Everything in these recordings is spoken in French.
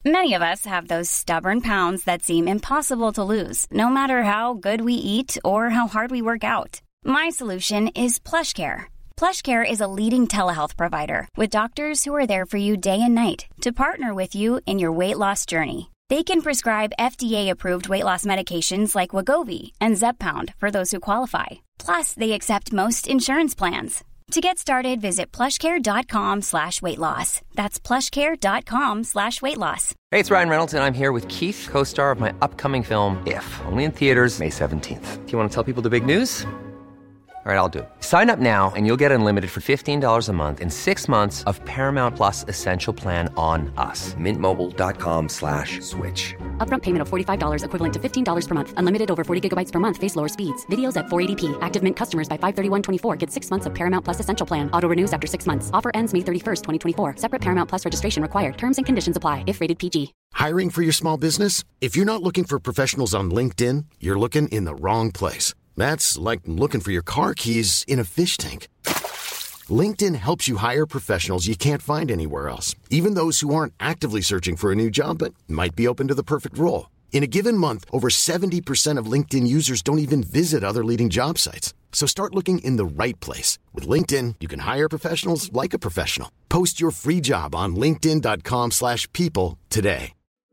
Many of us have those stubborn pounds that seem impossible to lose, no matter how good we eat or how hard we work out. My solution is PlushCare. PlushCare is a leading telehealth provider with doctors who are there for you day and night to partner with you in your weight loss journey. They can prescribe FDA-approved weight loss medications like Wegovy and Zepbound for those who qualify. Plus, they accept most insurance plans. To get started, visit plushcare.com/weightloss. That's plushcare.com/weightloss. Hey, it's Ryan Reynolds, and I'm here with Keith, co-star of my upcoming film, If, only in theaters May 17th. Do you want to tell people the big news? All right, I'll do it. Sign up now and you'll get unlimited for $15 a month and 6 months of Paramount Plus Essential Plan on us. MintMobile.com/switch. Upfront payment of $45 equivalent to $15 per month. Unlimited over 40 gigabytes per month. Face lower speeds. Videos at 480p. Active Mint customers by 531.24 get 6 months of Paramount Plus Essential Plan. Auto renews after 6 months. Offer ends May 31st, 2024. Separate Paramount Plus registration required. Terms and conditions apply if rated PG. Hiring for your small business? If you're not looking for professionals on LinkedIn, you're looking in the wrong place. That's like looking for your car keys in a fish tank. LinkedIn helps you hire professionals you can't find anywhere else, even those who aren't actively searching for a new job but might be open to the perfect role. In a given month, over 70% of LinkedIn users don't even visit other leading job sites. So start looking in the right place. With LinkedIn, you can hire professionals like a professional. Post your free job on linkedin.com/people today.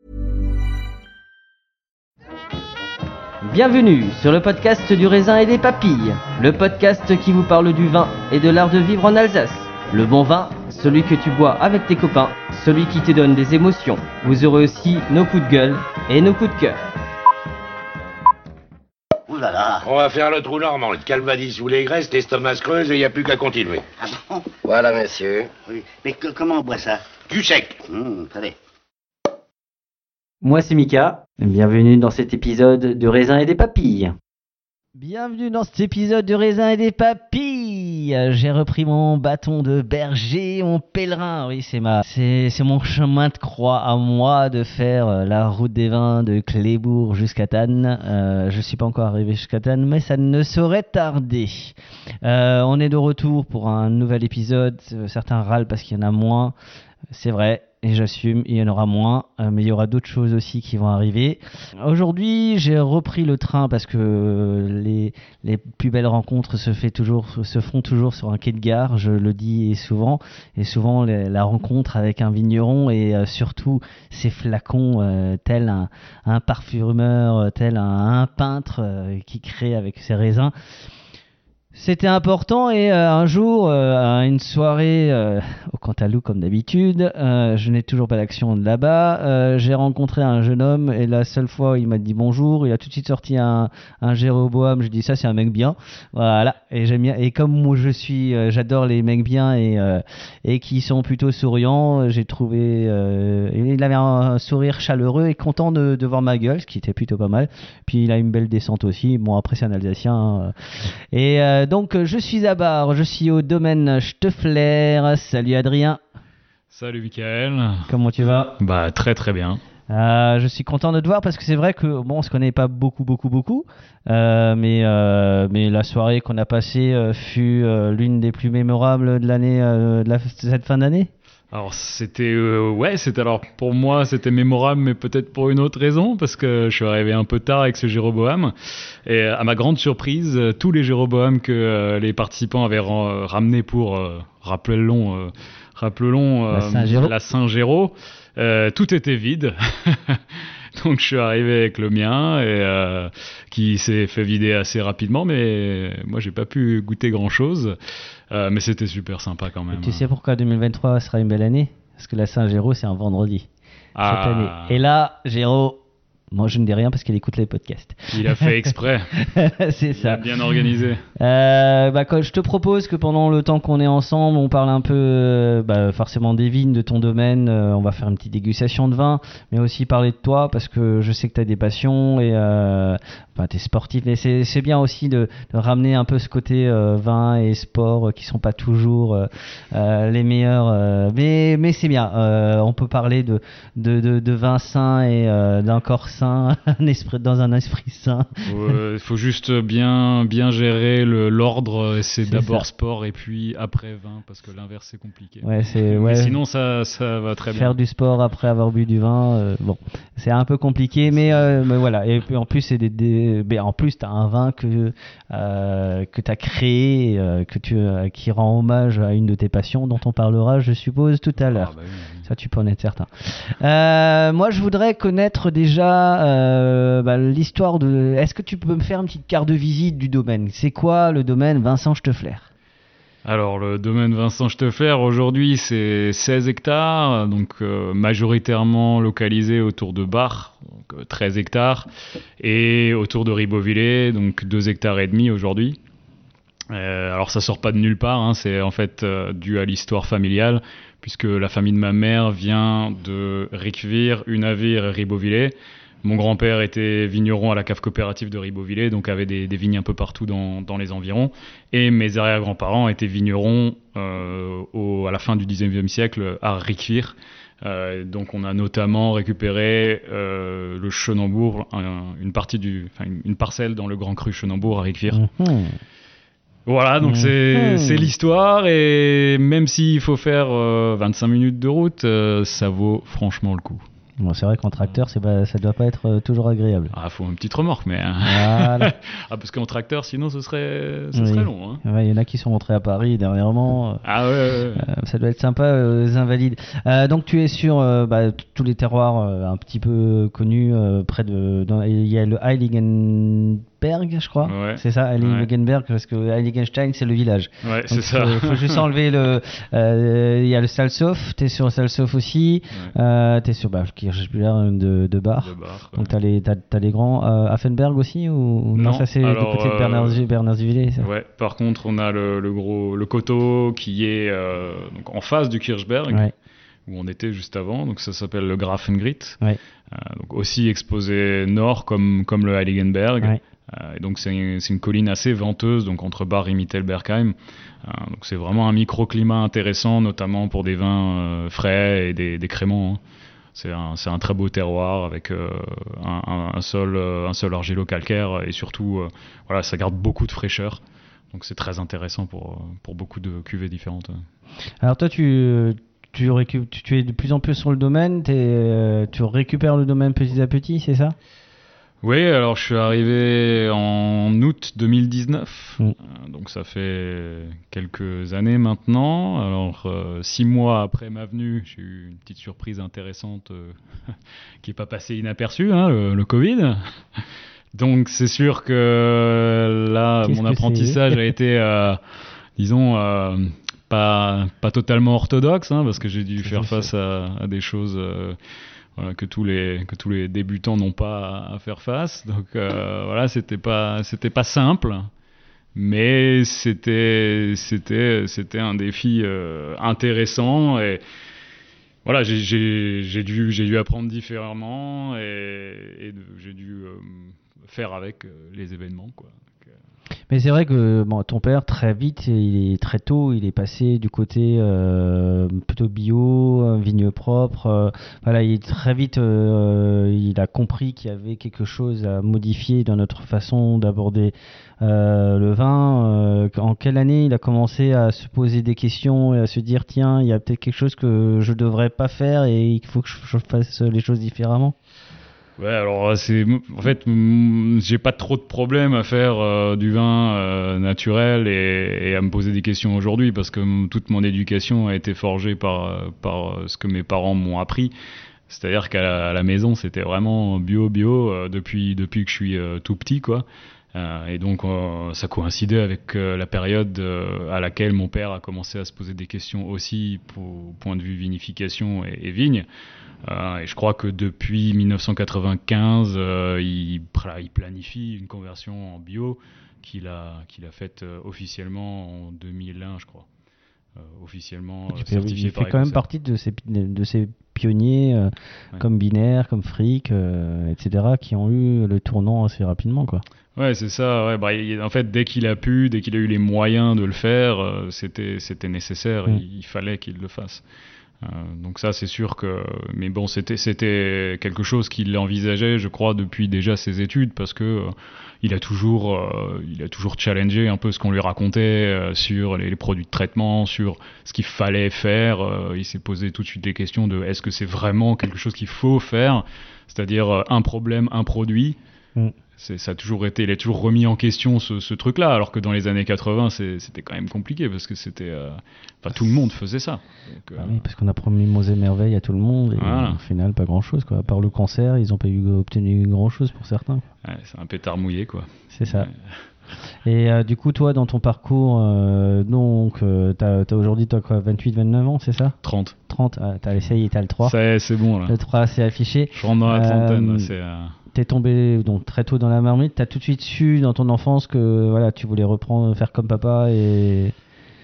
Bienvenue sur le podcast du raisin et des papilles, le podcast qui vous parle du vin et de l'art de vivre en Alsace. Le bon vin, celui que tu bois avec tes copains, celui qui te donne des émotions. Vous aurez aussi nos coups de gueule et nos coups de cœur. Ouh là là. On va faire le trou normand, le calvadis sous les graisses, l'estomac se creuse et il n'y a plus qu'à continuer. Ah bon? Voilà, monsieur. Oui. Mais comment on boit ça? Du sec. Très bien. Moi c'est Mika, bienvenue dans cet épisode de Raisin et des Papilles. Bienvenue dans cet épisode de Raisin et des Papilles. J'ai repris mon bâton de berger, mon pèlerin. Oui, c'est mon chemin de croix à moi de faire la route des vins de Clébourg jusqu'à Thann. Je suis pas encore arrivé jusqu'à Thann, mais ça ne saurait tarder. On est de retour pour un nouvel épisode. Certains râlent parce qu'il y en a moins. C'est vrai, et j'assume, il y en aura moins, mais il y aura d'autres choses aussi qui vont arriver. Aujourd'hui, j'ai repris le train parce que les plus belles rencontres se font toujours sur un quai de gare, je le dis souvent. Et souvent, la rencontre avec un vigneron et surtout ces flacons, tel un parfumeur, tel un peintre qui crée avec ses raisins. C'était important et un jour, à une soirée au Cantalou comme d'habitude, je n'ai toujours pas d'action de là-bas, j'ai rencontré un jeune homme et la seule fois où il m'a dit bonjour, il a tout de suite sorti un Jéroboam, je dis ça c'est un mec bien, voilà, et j'aime bien, et comme moi j'adore les mecs bien et qui sont plutôt souriants, j'ai trouvé, il avait un sourire chaleureux et content de voir ma gueule, ce qui était plutôt pas mal, puis il a une belle descente aussi, bon après c'est un Alsacien, et donc je suis à Bar, je suis au domaine Steffler. Salut Adrien. Salut Mickaël. Comment tu vas ? Bah très très bien. Je suis content de te voir parce que c'est vrai que bon, on se connaît pas beaucoup, mais la soirée qu'on a passée fut l'une des plus mémorables de l'année, de cette fin d'année. Alors c'était alors pour moi c'était mémorable, mais peut-être pour une autre raison, parce que je suis arrivé un peu tard avec ce Jéroboam et à ma grande surprise, tous les Jéroboam que les participants avaient ramenés pour rappelons la Saint-Géro, tout était vide. Donc je suis arrivé avec le mien et qui s'est fait vider assez rapidement, mais moi j'ai pas pu goûter grand chose, mais c'était super sympa quand même. Et tu sais pourquoi 2023 sera une belle année ? Parce que la Saint-Géro c'est un vendredi cette année. Et là, Géro, moi je ne dis rien parce qu'il écoute les podcasts. Il a fait exprès. C'est ça. Il a bien organisé. Quand je te propose que pendant le temps qu'on est ensemble, on parle un peu forcément des vignes, de ton domaine, on va faire une petite dégustation de vin, mais aussi parler de toi parce que je sais que tu as des passions et tu es sportif, mais c'est bien aussi de ramener un peu ce côté vin et sport qui sont pas toujours les meilleurs, mais c'est bien. On peut parler de vin sain et d'un corps sain sain, dans un esprit sain. Il faut juste bien gérer l'ordre. C'est d'abord sport et puis après vin, parce que l'inverse c'est compliqué. Mais sinon ça va très bien. Faire du sport après avoir bu du vin, c'est un peu compliqué, mais voilà. Et puis en plus t'as un vin que t'as créé, qui rend hommage à une de tes passions, dont on parlera, je suppose, tout à l'heure. Oui. Ça, tu peux en être certain. Moi, je voudrais connaître déjà l'histoire de... Est-ce que tu peux me faire une petite carte de visite du domaine ? C'est quoi le domaine Vincent Steffler ? Alors, le domaine Vincent Steffler, aujourd'hui, c'est 16 hectares, donc majoritairement localisé autour de Bar, donc 13 hectares, et autour de Ribeauvillé, donc 2 hectares et demi aujourd'hui. Alors ça sort pas de nulle part, c'est en fait dû à l'histoire familiale, puisque la famille de ma mère vient de Ricvire, Unavir et Ribeauvillé. Mon grand-père était vigneron à la cave coopérative de Ribeauvillé, donc avait des vignes un peu partout dans les environs. Et mes arrière-grands-parents étaient vignerons à la fin du 19e siècle à Ricvire. Donc on a notamment récupéré le Chenambourg, une parcelle dans le Grand Cru Chenambourg à Ricvire. Voilà, donc c'est l'histoire, et même s'il faut faire 25 minutes de route, ça vaut franchement le coup. Bon, c'est vrai qu'en tracteur, ça doit pas être toujours agréable. Faut une petite remorque, mais... Voilà. Parce qu'en tracteur, sinon, ce serait long. Il y en a qui sont rentrés à Paris dernièrement. Ouais. Ça doit être sympa, aux Invalides. Donc, tu es sur tous les terroirs un petit peu connus. Il y a le Heiligenberg, je crois. Ouais. C'est ça, Heiligenberg, parce que Heiligenstein, c'est le village. Ouais, donc, c'est ça. Il faut juste enlever il y a le Salsof. Tu es sur le Salsof aussi. Tu es sur Kirchberg de Bar. Donc, tu as les grands. Affenberg aussi ou non, ça c'est du côté de Bernardisvillers. Ouais, par contre, on a le coteau qui est donc en face du Kirchberg. Ouais. Où on était juste avant, donc ça s'appelle le Grafengrit, donc aussi exposé nord comme le Heiligenberg. Ouais. Et donc c'est une colline assez venteuse, donc entre Bar et Mittelbergheim. Donc c'est vraiment un microclimat intéressant, notamment pour des vins frais et des créments. C'est un très beau terroir avec un sol argilo-calcaire, et surtout ça garde beaucoup de fraîcheur. Donc c'est très intéressant pour beaucoup de cuvées différentes. Alors toi tu es de plus en plus sur le domaine, tu récupères le domaine petit à petit, c'est ça ? Oui, alors je suis arrivé en août 2019, donc ça fait quelques années maintenant. Alors 6 mois après ma venue, j'ai eu une petite surprise intéressante qui n'est pas passée inaperçue, le Covid. Donc c'est sûr que là, mon apprentissage a été, pas totalement orthodoxe, parce que j'ai dû faire face à des choses que tous les débutants n'ont pas à faire face. Donc c'était pas simple, mais c'était un défi intéressant, et voilà, j'ai dû apprendre différemment, et j'ai dû faire avec les événements, quoi. Mais c'est vrai que ton père, très tôt, il est passé du côté plutôt bio, vigne propre. Très vite, il a compris qu'il y avait quelque chose à modifier dans notre façon d'aborder le vin. En quelle année il a commencé à se poser des questions et à se dire tiens, il y a peut-être quelque chose que je devrais pas faire et il faut que je fasse les choses différemment? Ouais, alors en fait, j'ai pas trop de problème à faire du vin naturel et à me poser des questions aujourd'hui, parce que toute mon éducation a été forgée par ce que mes parents m'ont appris. C'est-à-dire qu'à la maison, c'était vraiment bio depuis que je suis tout petit, quoi. Et donc ça coïncidait avec la période à laquelle mon père a commencé à se poser des questions aussi au point de vue vinification et vigne. Et je crois que depuis 1995, il planifie une conversion en bio qu'il a faite officiellement en 2001, je crois. Officiellement certifié par Ecocer. Il fait quand même partie de ces pionniers comme Binaire, comme Frick, etc., qui ont eu le tournant assez rapidement, quoi. Ouais, c'est ça. Ouais. En fait, dès qu'il a eu les moyens de le faire, c'était nécessaire. Il fallait qu'il le fasse. Donc ça, c'est sûr que... Mais bon, c'était quelque chose qu'il envisageait, je crois, depuis déjà ses études, parce que il a toujours challengé un peu ce qu'on lui racontait sur les produits de traitement, sur ce qu'il fallait faire. Il s'est posé tout de suite des questions de est-ce que c'est vraiment quelque chose qu'il faut faire, c'est-à-dire un problème, un produit. Ça a toujours été, il a toujours remis en question ce truc-là, alors que dans les années 80, c'était quand même compliqué, parce que tout le monde faisait ça. Donc, oui, parce qu'on a promis Monts et merveilles à tout le monde, et voilà. au final, pas grand-chose, quoi. À part le cancer, ils n'ont pas obtenu grand-chose pour certains. Ouais, c'est un pétard mouillé, quoi. C'est ça. Et du coup, toi, dans ton parcours, t'as aujourd'hui, toi, quoi, 28, 29 ans, c'est ça ? 30. 30, t'as essayé, t'as le 3. C'est bon, là. Le 3, c'est affiché. Je rentre dans la trentaine, c'est... T'es tombé donc très tôt dans la marmite, t'as tout de suite su dans ton enfance que voilà, tu voulais faire comme papa et...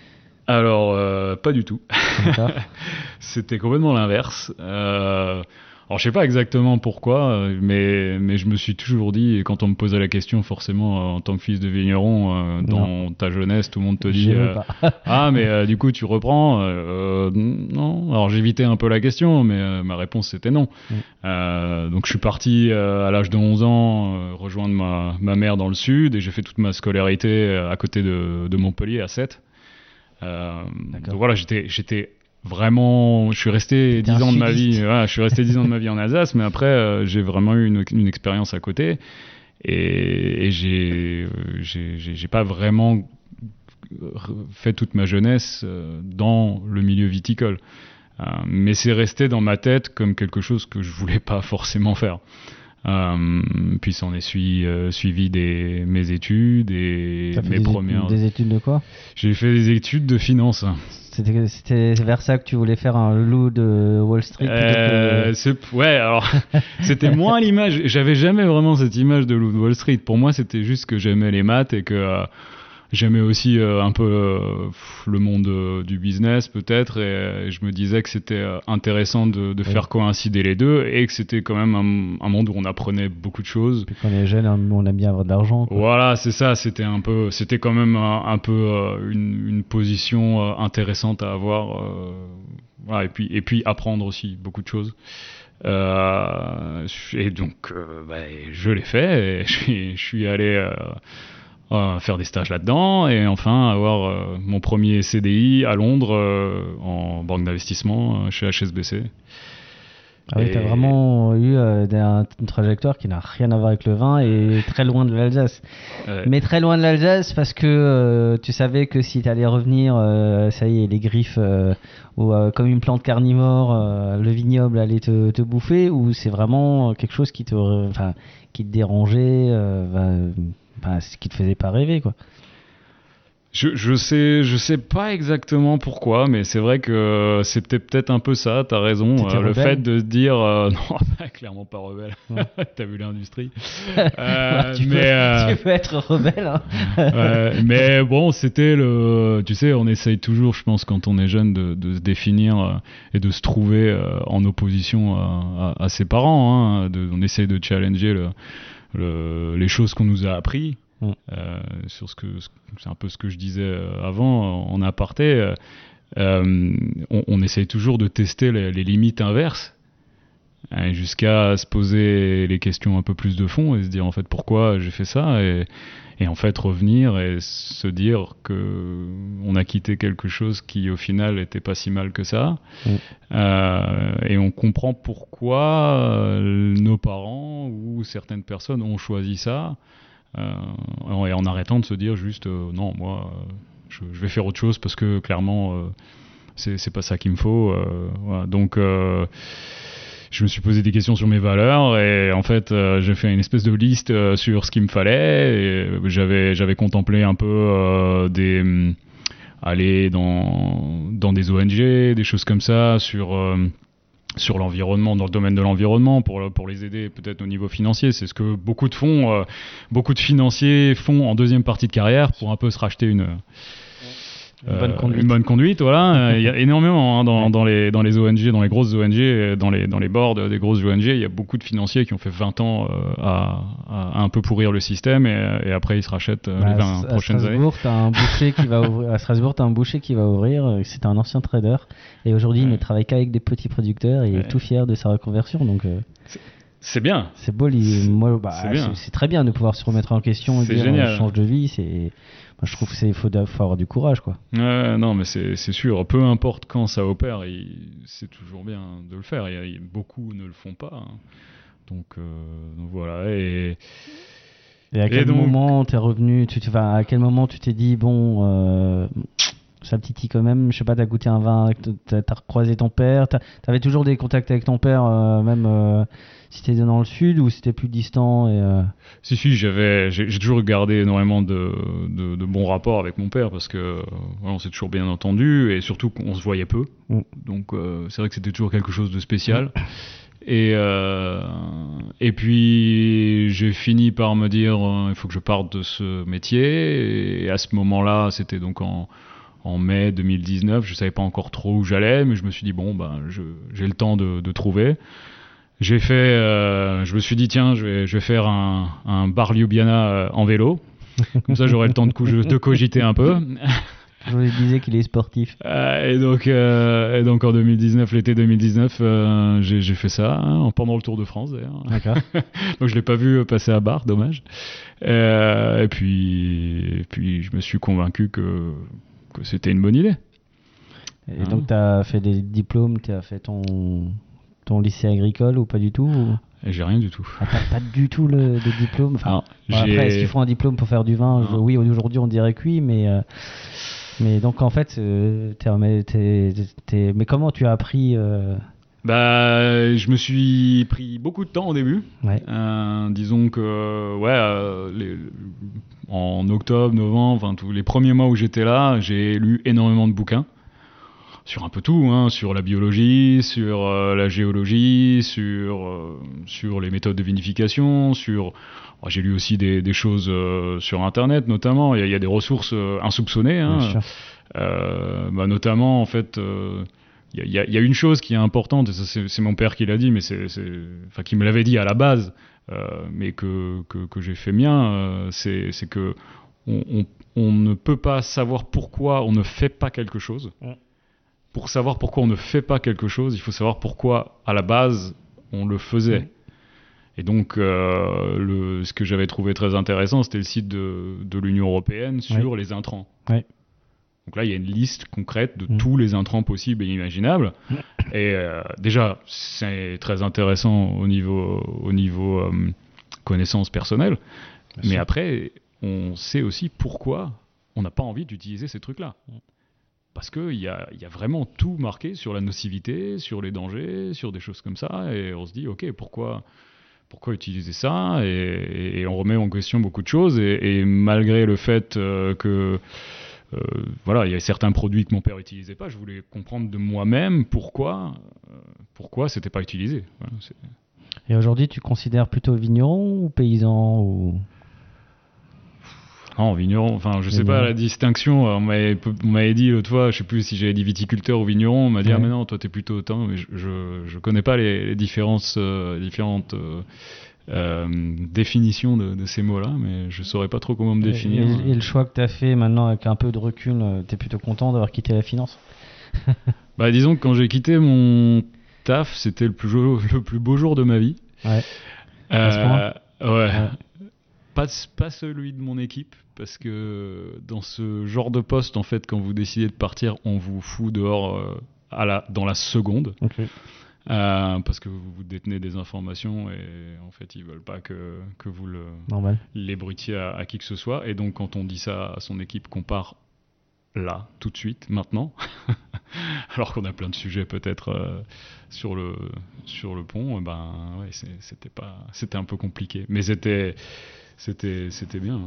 Alors, pas du tout. C'était complètement l'inverse. Alors, je sais pas exactement pourquoi, mais je me suis toujours dit, et quand on me posait la question, forcément, en tant que fils de vigneron, dans ta jeunesse, tout le monde te dit ah, mais du coup, tu reprends non. Alors, j'évitais un peu la question, mais ma réponse, c'était non. Donc, je suis parti à l'âge de 11 ans rejoindre ma mère dans le sud, et j'ai fait toute ma scolarité à côté de Montpellier, à Sète. Donc voilà, j'étais vraiment, je suis resté 10 ans de ma vie. Voilà, je suis resté 10 ans de ma vie en Alsace, mais après j'ai vraiment eu une expérience à côté, et j'ai pas vraiment fait toute ma jeunesse dans le milieu viticole, mais c'est resté dans ma tête comme quelque chose que je voulais pas forcément faire. Puis s'en est suivi mes études et mes premières... Des études de quoi ? J'ai fait des études de finance. C'était vers ça que tu voulais faire un loup de Wall Street Ouais, alors c'était moins l'image. J'avais jamais vraiment cette image de loup de Wall Street. Pour moi, c'était juste que j'aimais les maths et que j'aimais aussi un peu le monde du business peut-être, et je me disais que c'était intéressant de faire coïncider les deux, et que c'était quand même un monde où on apprenait beaucoup de choses. Puis quand on est jeune, on aime bien avoir de l'argent, quoi. Voilà, c'est ça, c'était quand même un peu une position intéressante à avoir, voilà, et puis apprendre aussi beaucoup de choses. Et donc je l'ai fait, et je suis allé faire des stages là-dedans, et enfin avoir mon premier CDI à Londres en banque d'investissement chez HSBC. Ah oui, t'as vraiment eu une trajectoire qui n'a rien à voir avec le vin et très loin de l'Alsace. Mais très loin de l'Alsace parce que tu savais que si t'allais revenir, ça y est, les griffes, ou comme une plante carnivore, le vignoble allait te bouffer, ou c'est vraiment quelque chose qui te dérangeait, ce qui te faisait pas rêver, quoi. Je sais pas exactement pourquoi, mais c'est vrai que c'était peut-être un peu ça, t'as raison. Le fait de dire non, clairement pas rebelle. T'as vu l'industrie. Tu peux être rebelle, hein. Mais bon, c'était tu sais, on essaye toujours, je pense, quand on est jeune, de se définir et de se trouver en opposition à ses parents, hein. On essaye de challenger les choses qu'on nous a appris. Sur c'est un peu ce que je disais avant en aparté, on essaye toujours de tester les limites inverses, jusqu'à se poser les questions un peu plus de fond et se dire en fait pourquoi j'ai fait ça, et en fait revenir et se dire que on a quitté quelque chose qui au final n'était pas si mal que ça, et on comprend pourquoi nos parents ou certaines personnes ont choisi ça. Et en arrêtant de se dire juste non, moi je vais faire autre chose parce que clairement c'est pas ça qu'il me faut, voilà. Donc je me suis posé des questions sur mes valeurs, et en fait j'ai fait une espèce de liste sur ce qu'il me fallait, et j'avais contemplé un peu aller dans des ONG, des choses comme ça, sur l'environnement, dans le domaine de l'environnement, pour les aider peut-être au niveau financier. C'est ce que beaucoup de financiers font en deuxième partie de carrière pour un peu se racheter une bonne conduite, voilà. Il y a énormément dans les ONG, dans les grosses ONG, dans les boards des grosses ONG, il y a beaucoup de financiers qui ont fait 20 ans à un peu pourrir le système et après ils se rachètent les 20 prochaines années. À Strasbourg, tu as un boucher qui va ouvrir, c'est un ancien trader et aujourd'hui il ne travaille qu'avec des petits producteurs et il est tout fier de sa reconversion. Donc, c'est bien. C'est beau, c'est très bien de pouvoir se remettre en question et dire génial. Change de vie, moi, je trouve qu'il faut avoir du courage, quoi. Non, mais c'est sûr. Peu importe quand ça opère, c'est toujours bien de le faire. Beaucoup ne le font pas. Hein. Donc voilà. Et à quel moment t'es revenu à quel moment tu t'es dit, bon, ça titille quand même, je sais pas, t'as goûté un vin, t'as recroisé ton père, t'avais toujours des contacts avec ton père, même si t'étais dans le sud ou c'était plus distant Si, j'ai toujours gardé énormément de bons rapports avec mon père parce que on s'est toujours bien entendu et surtout qu'on se voyait peu. Donc c'est vrai que c'était toujours quelque chose de spécial. Et puis j'ai fini par me dire il faut que je parte de ce métier et à ce moment-là, c'était donc en mai 2019, je savais pas encore trop où j'allais, mais je me suis dit j'ai le temps de trouver. Je me suis dit tiens, je vais faire un bar Ljubljana en vélo, comme ça j'aurai le temps de cogiter un peu. Je vous disais qu'il est sportif. Et donc en 2019, l'été 2019, j'ai fait ça pendant le Tour de France d'ailleurs. D'accord. Donc je l'ai pas vu passer à Bar, dommage. Et puis je me suis convaincu que c'était une bonne idée. Et donc tu as fait des diplômes, tu as fait ton lycée agricole ou pas du tout Et j'ai rien du tout. T'as pas du tout de diplôme. Enfin, après, est-ce qu'il faut un diplôme pour faire du vin ? Oui, aujourd'hui on dirait que oui, mais donc en fait, mais comment tu as appris je me suis pris beaucoup de temps au début. Ouais. Disons que en octobre, novembre, tous les premiers mois où j'étais là, j'ai lu énormément de bouquins. Sur un peu tout, sur la biologie, sur la géologie, sur les méthodes de vinification, j'ai lu aussi des choses sur Internet notamment. Il y a des ressources insoupçonnées, notamment en fait. Il y a une chose qui est importante, et ça c'est mon père qui l'a dit, mais qui me l'avait dit à la base, mais que j'ai fait mien, c'est que on ne peut pas savoir pourquoi on ne fait pas quelque chose. Pour savoir pourquoi on ne fait pas quelque chose, il faut savoir pourquoi, à la base, on le faisait. Et donc, ce que j'avais trouvé très intéressant, c'était le site de l'Union européenne sur les intrants. Ouais. Donc là, il y a une liste concrète de tous les intrants possibles et imaginables. Et déjà, c'est très intéressant au niveau connaissance personnelle. Mais après, on sait aussi pourquoi on n'a pas envie d'utiliser ces trucs-là. Parce qu'il y a vraiment tout marqué sur la nocivité, sur les dangers, sur des choses comme ça. Et on se dit, ok, pourquoi utiliser ça et on remet en question beaucoup de choses. Et malgré le fait que... il y a certains produits que mon père n'utilisait pas, je voulais comprendre de moi-même pourquoi c'était pas utilisé. Voilà, Et aujourd'hui, tu considères plutôt vigneron ou paysan ou... Non, vigneron, je sais pas la distinction. On m'avait dit l'autre fois, je sais plus si j'avais dit viticulteur ou vigneron, on m'a dit mais non, toi t'es plutôt autant, mais je connais pas les différentes définition de ces mots-là, mais je saurais pas trop comment me définir. Et le choix que tu as fait maintenant avec un peu de recul, tu es plutôt content d'avoir quitté la finance? Disons que quand j'ai quitté mon taf, c'était le plus beau jour de ma vie. Ouais. À ce point. Ouais. Pas celui de mon équipe, parce que dans ce genre de poste, en fait, quand vous décidez de partir, on vous fout dehors dans la seconde. Okay. Parce que vous détenez des informations et en fait ils veulent pas que vous l'ébruitiez à qui que ce soit. Et donc quand on dit ça à son équipe qu'on part là, tout de suite, maintenant, alors qu'on a plein de sujets peut-être sur le pont, c'était un peu compliqué. Mais c'était bien. Ouais.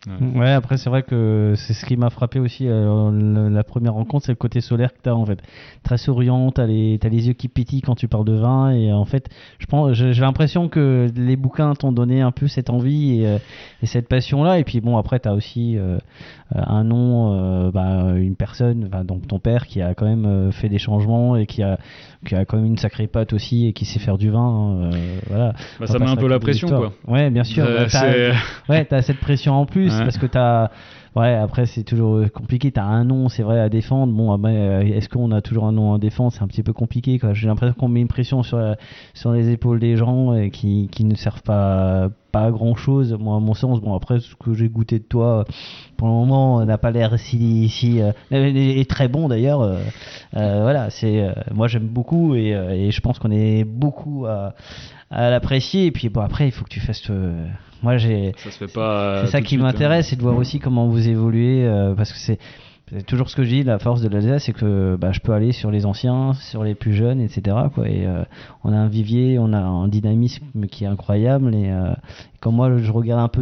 Ouais, après c'est vrai que c'est ce qui m'a frappé aussi la première rencontre, c'est le côté solaire que tu as en fait. Très souriant, t'as les yeux qui pétillent quand tu parles de vin et en fait, j'ai l'impression que les bouquins t'ont donné un peu cette envie et cette passion là et puis bon après tu as aussi un nom une personne, donc ton père qui a quand même fait des changements et qui a quand même une sacrée patte aussi et qui sait faire du vin voilà. Ça met un peu la pression quoi. Ouais, bien sûr. T'as cette pression en plus. Parce que après c'est toujours compliqué, t'as un nom c'est vrai à défendre, bon après, est-ce qu'on a toujours un nom à défendre, c'est un petit peu compliqué quoi. J'ai l'impression qu'on met une pression sur les épaules des gens et qui ne servent pas à grand chose, moi à mon sens. Bon après ce que j'ai goûté de toi pour le moment n'a pas l'air si est très bon d'ailleurs, voilà c'est moi j'aime beaucoup et je pense qu'on est beaucoup à l'apprécier et puis bon après il faut que tu fasses moi ça se fait pas c'est ça qui m'intéresse, c'est de voir aussi comment vous évoluez parce que c'est toujours ce que je dis, la force de l'Alsace c'est que je peux aller sur les anciens, sur les plus jeunes, etc. quoi. Et on a un vivier, on a un dynamisme qui est incroyable et quand moi je regarde un peu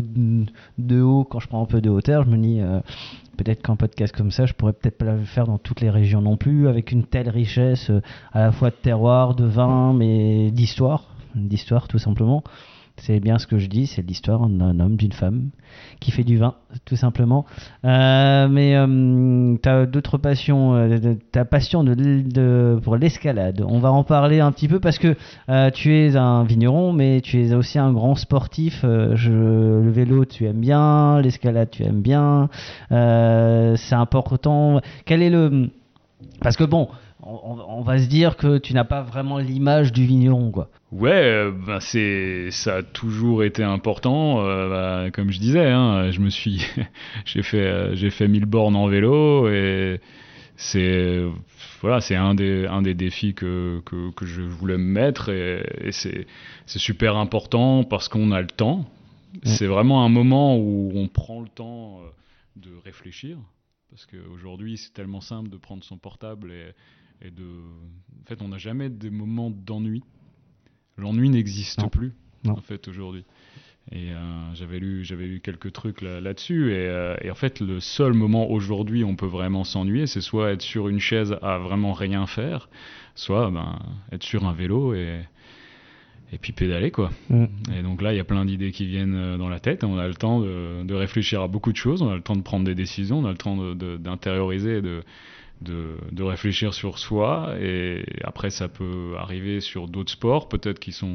de haut, quand je prends un peu de hauteur, je me dis peut-être qu'un podcast comme ça je pourrais peut-être pas le faire dans toutes les régions non plus, avec une telle richesse à la fois de terroir, de vin, mais d'histoire tout simplement. C'est bien ce que je dis, c'est l'histoire d'un homme, d'une femme qui fait du vin, tout simplement. Mais tu as d'autres passions, ta passion pour l'escalade. On va en parler un petit peu parce que tu es un vigneron, mais tu es aussi un grand sportif. Le vélo, tu aimes bien, l'escalade, tu aimes bien. C'est important. Quel est parce que bon, on va se dire que tu n'as pas vraiment l'image du vigneron, quoi. Ouais, ça a toujours été important. Comme je disais, j'ai fait 1000 bornes en vélo et c'est un des défis que je voulais me mettre et c'est super important parce qu'on a le temps. C'est vraiment un moment où on prend le temps de réfléchir parce qu'aujourd'hui c'est tellement simple de prendre son portable et en fait on n'a jamais des moments d'ennui. L'ennui n'existe plus en fait aujourd'hui. Et j'avais lu quelques trucs là-dessus et en fait le seul moment aujourd'hui où on peut vraiment s'ennuyer, c'est soit être sur une chaise à vraiment rien faire, soit être sur un vélo et puis pédaler quoi. Et donc là il y a plein d'idées qui viennent dans la tête, on a le temps de réfléchir à beaucoup de choses, on a le temps de prendre des décisions, on a le temps d'intérioriser, de réfléchir sur soi et après ça peut arriver sur d'autres sports peut-être qui sont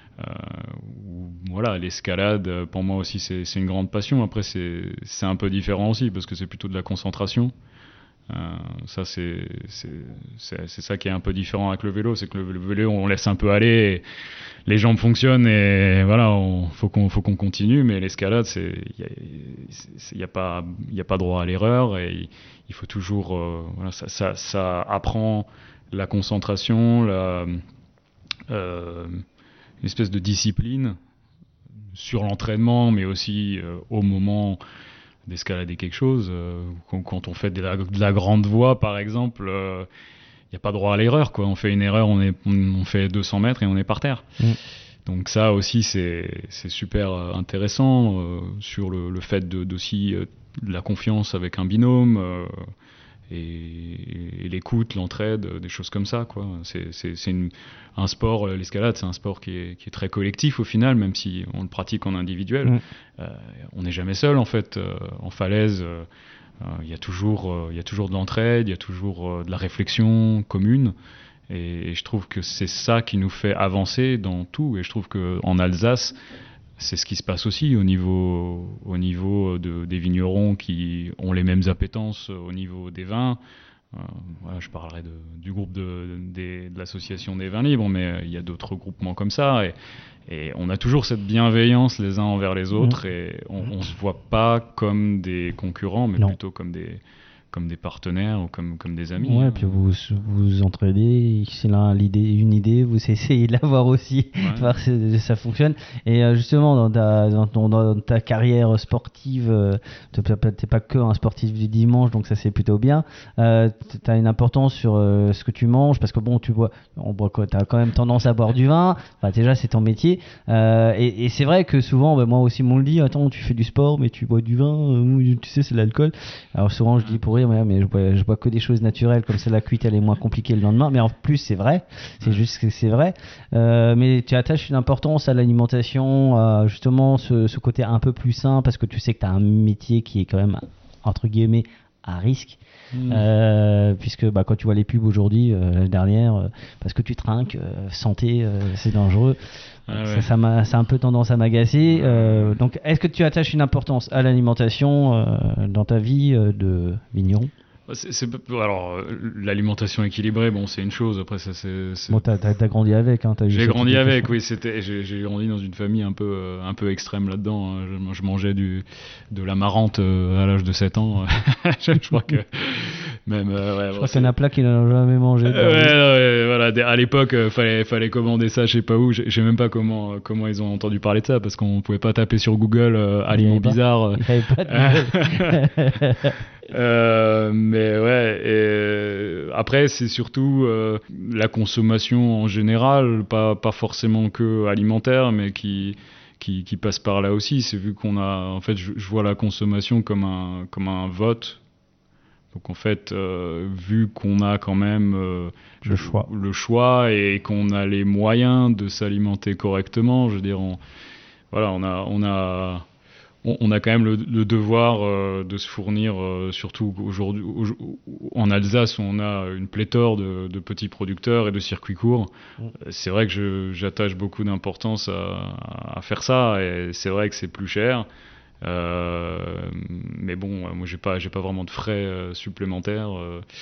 l'escalade pour moi aussi c'est une grande passion. Après c'est un peu différent aussi parce que c'est plutôt de la concentration. Ça c'est ça qui est un peu différent avec le vélo, c'est que le vélo on laisse un peu aller, les jambes fonctionnent et voilà, faut qu'on continue, mais l'escalade il y a pas droit à l'erreur et il faut toujours ça apprend la concentration, une espèce de discipline sur l'entraînement mais aussi au moment d'escalader quelque chose. Quand on fait de la grande voie par exemple, il n'y a pas droit à l'erreur quoi. On fait une erreur, on fait 200 mètres et on est par terre. Donc ça aussi c'est super intéressant sur le fait d'aussi de la confiance avec un binôme et l'écoute, l'entraide, des choses comme ça quoi. C'est un sport, l'escalade c'est un sport qui est très collectif au final, même si on le pratique en individuel. On n'est jamais seul en fait. En falaise il y a toujours de l'entraide, il y a toujours de la réflexion commune et je trouve que c'est ça qui nous fait avancer dans tout et je trouve qu'en Alsace c'est ce qui se passe aussi au niveau des vignerons qui ont les mêmes appétences au niveau des vins. Je parlerai du groupe de l'association des vins libres, mais il y a d'autres groupements comme ça et on a toujours cette bienveillance les uns envers les autres et on se voit pas comme des concurrents mais plutôt comme des partenaires ou comme des amis. Ouais, puis vous entraidez, s'il a une idée, vous essayez de l'avoir aussi, voir si ça fonctionne. Et justement, dans ta carrière sportive, t'es pas que un sportif du dimanche, donc ça c'est plutôt bien. T'as une importance sur ce que tu manges, parce que bon, t'as quand même tendance à boire du vin. Enfin, déjà, c'est ton métier. Et c'est vrai que souvent, moi aussi, on me le dit, attends, tu fais du sport, mais tu bois du vin, tu sais, c'est de l'alcool. Alors souvent, je dis pour rire, mais je bois que des choses naturelles, comme ça la cuite elle est moins compliquée le lendemain. Mais en plus c'est vrai, c'est juste que c'est vrai. Mais tu attaches une importance à l'alimentation, justement ce côté un peu plus sain, parce que tu sais que tu as un métier qui est quand même entre guillemets à risque. Puisque quand tu vois les pubs aujourd'hui, l'année dernière, parce que tu trinques, santé, c'est dangereux. Ça a un peu tendance à m'agacer. Donc, est-ce que tu attaches une importance à l'alimentation dans ta vie de vigneron ? Alors, l'alimentation équilibrée, c'est une chose. Après, ça, c'est... Bon, t'as grandi avec, hein. J'ai grandi avec, oui. J'ai grandi dans une famille un peu extrême là-dedans. Je mangeais de l'amarante à l'âge de 7 ans. Je crois que même. Je crois qu'il y en a plein qui n'en ont jamais mangé. Voilà. À l'époque, fallait commander ça, je sais pas où. Je sais même pas comment ils ont entendu parler de ça, parce qu'on pouvait pas taper sur Google aliments bizarres. Il y avait pas de mais ouais, et après c'est surtout la consommation en général, pas forcément que alimentaire, mais qui passe par là aussi. C'est vu qu'on a, en fait, je vois la consommation comme un vote. Donc en fait, vu qu'on a quand même le choix et qu'on a les moyens de s'alimenter correctement, je veux dire, on a quand même le devoir de se fournir, surtout aujourd'hui en Alsace où on a une pléthore de petits producteurs et de circuits courts. C'est vrai que j'attache beaucoup d'importance à faire ça, et c'est vrai que c'est plus cher. Mais bon, moi j'ai pas vraiment de frais supplémentaires.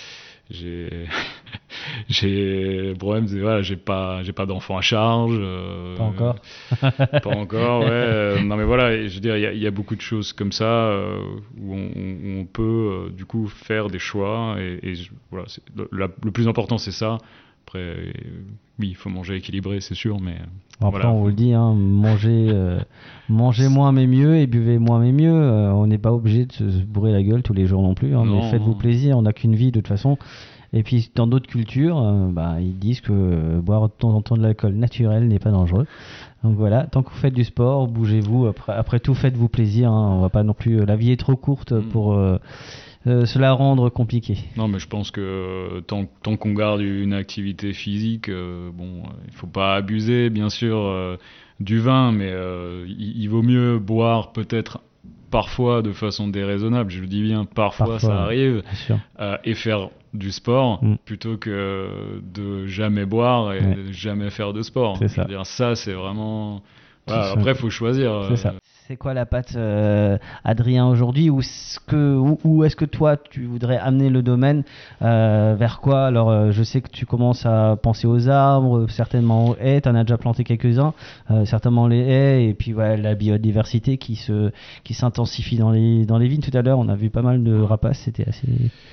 Le problème, c'est j'ai pas d'enfants à charge. Pas encore. Pas encore, ouais. Non mais voilà, je veux dire, il y a beaucoup de choses comme ça où on peut du coup faire des choix, et voilà, le plus important c'est ça. Après, oui, il faut manger équilibré, c'est sûr, mais après on vous le dit, hein, mangez moins mais mieux, et buvez moins mais mieux. On n'est pas obligé de se bourrer la gueule tous les jours non plus, hein, mais faites-vous plaisir, on n'a qu'une vie de toute façon. Et puis dans d'autres cultures, ils disent que boire de temps en temps de l'alcool naturel n'est pas dangereux. Donc voilà, tant que vous faites du sport, bougez-vous. Après tout, faites-vous plaisir, hein. On va pas non plus. La vie est trop courte pour se la rendre compliquée. Non, mais je pense que tant qu'on garde une activité physique, il faut pas abuser, bien sûr, du vin, mais il vaut mieux boire peut-être parfois de façon déraisonnable. Je le dis bien, parfois ça arrive, et faire du sport plutôt que de jamais boire et de jamais faire de sport. C'est ça. Je veux dire, ça c'est vraiment. Voilà, après, faut choisir. C'est ça. C'est quoi la patte, Adrien, aujourd'hui, ou est-ce que toi tu voudrais amener le domaine vers quoi? Alors je sais que tu commences à penser aux arbres, certainement aux haies, tu en as déjà planté quelques-uns, certainement les haies, et puis la biodiversité qui s'intensifie dans les vignes. Tout à l'heure on a vu pas mal de rapaces, c'était assez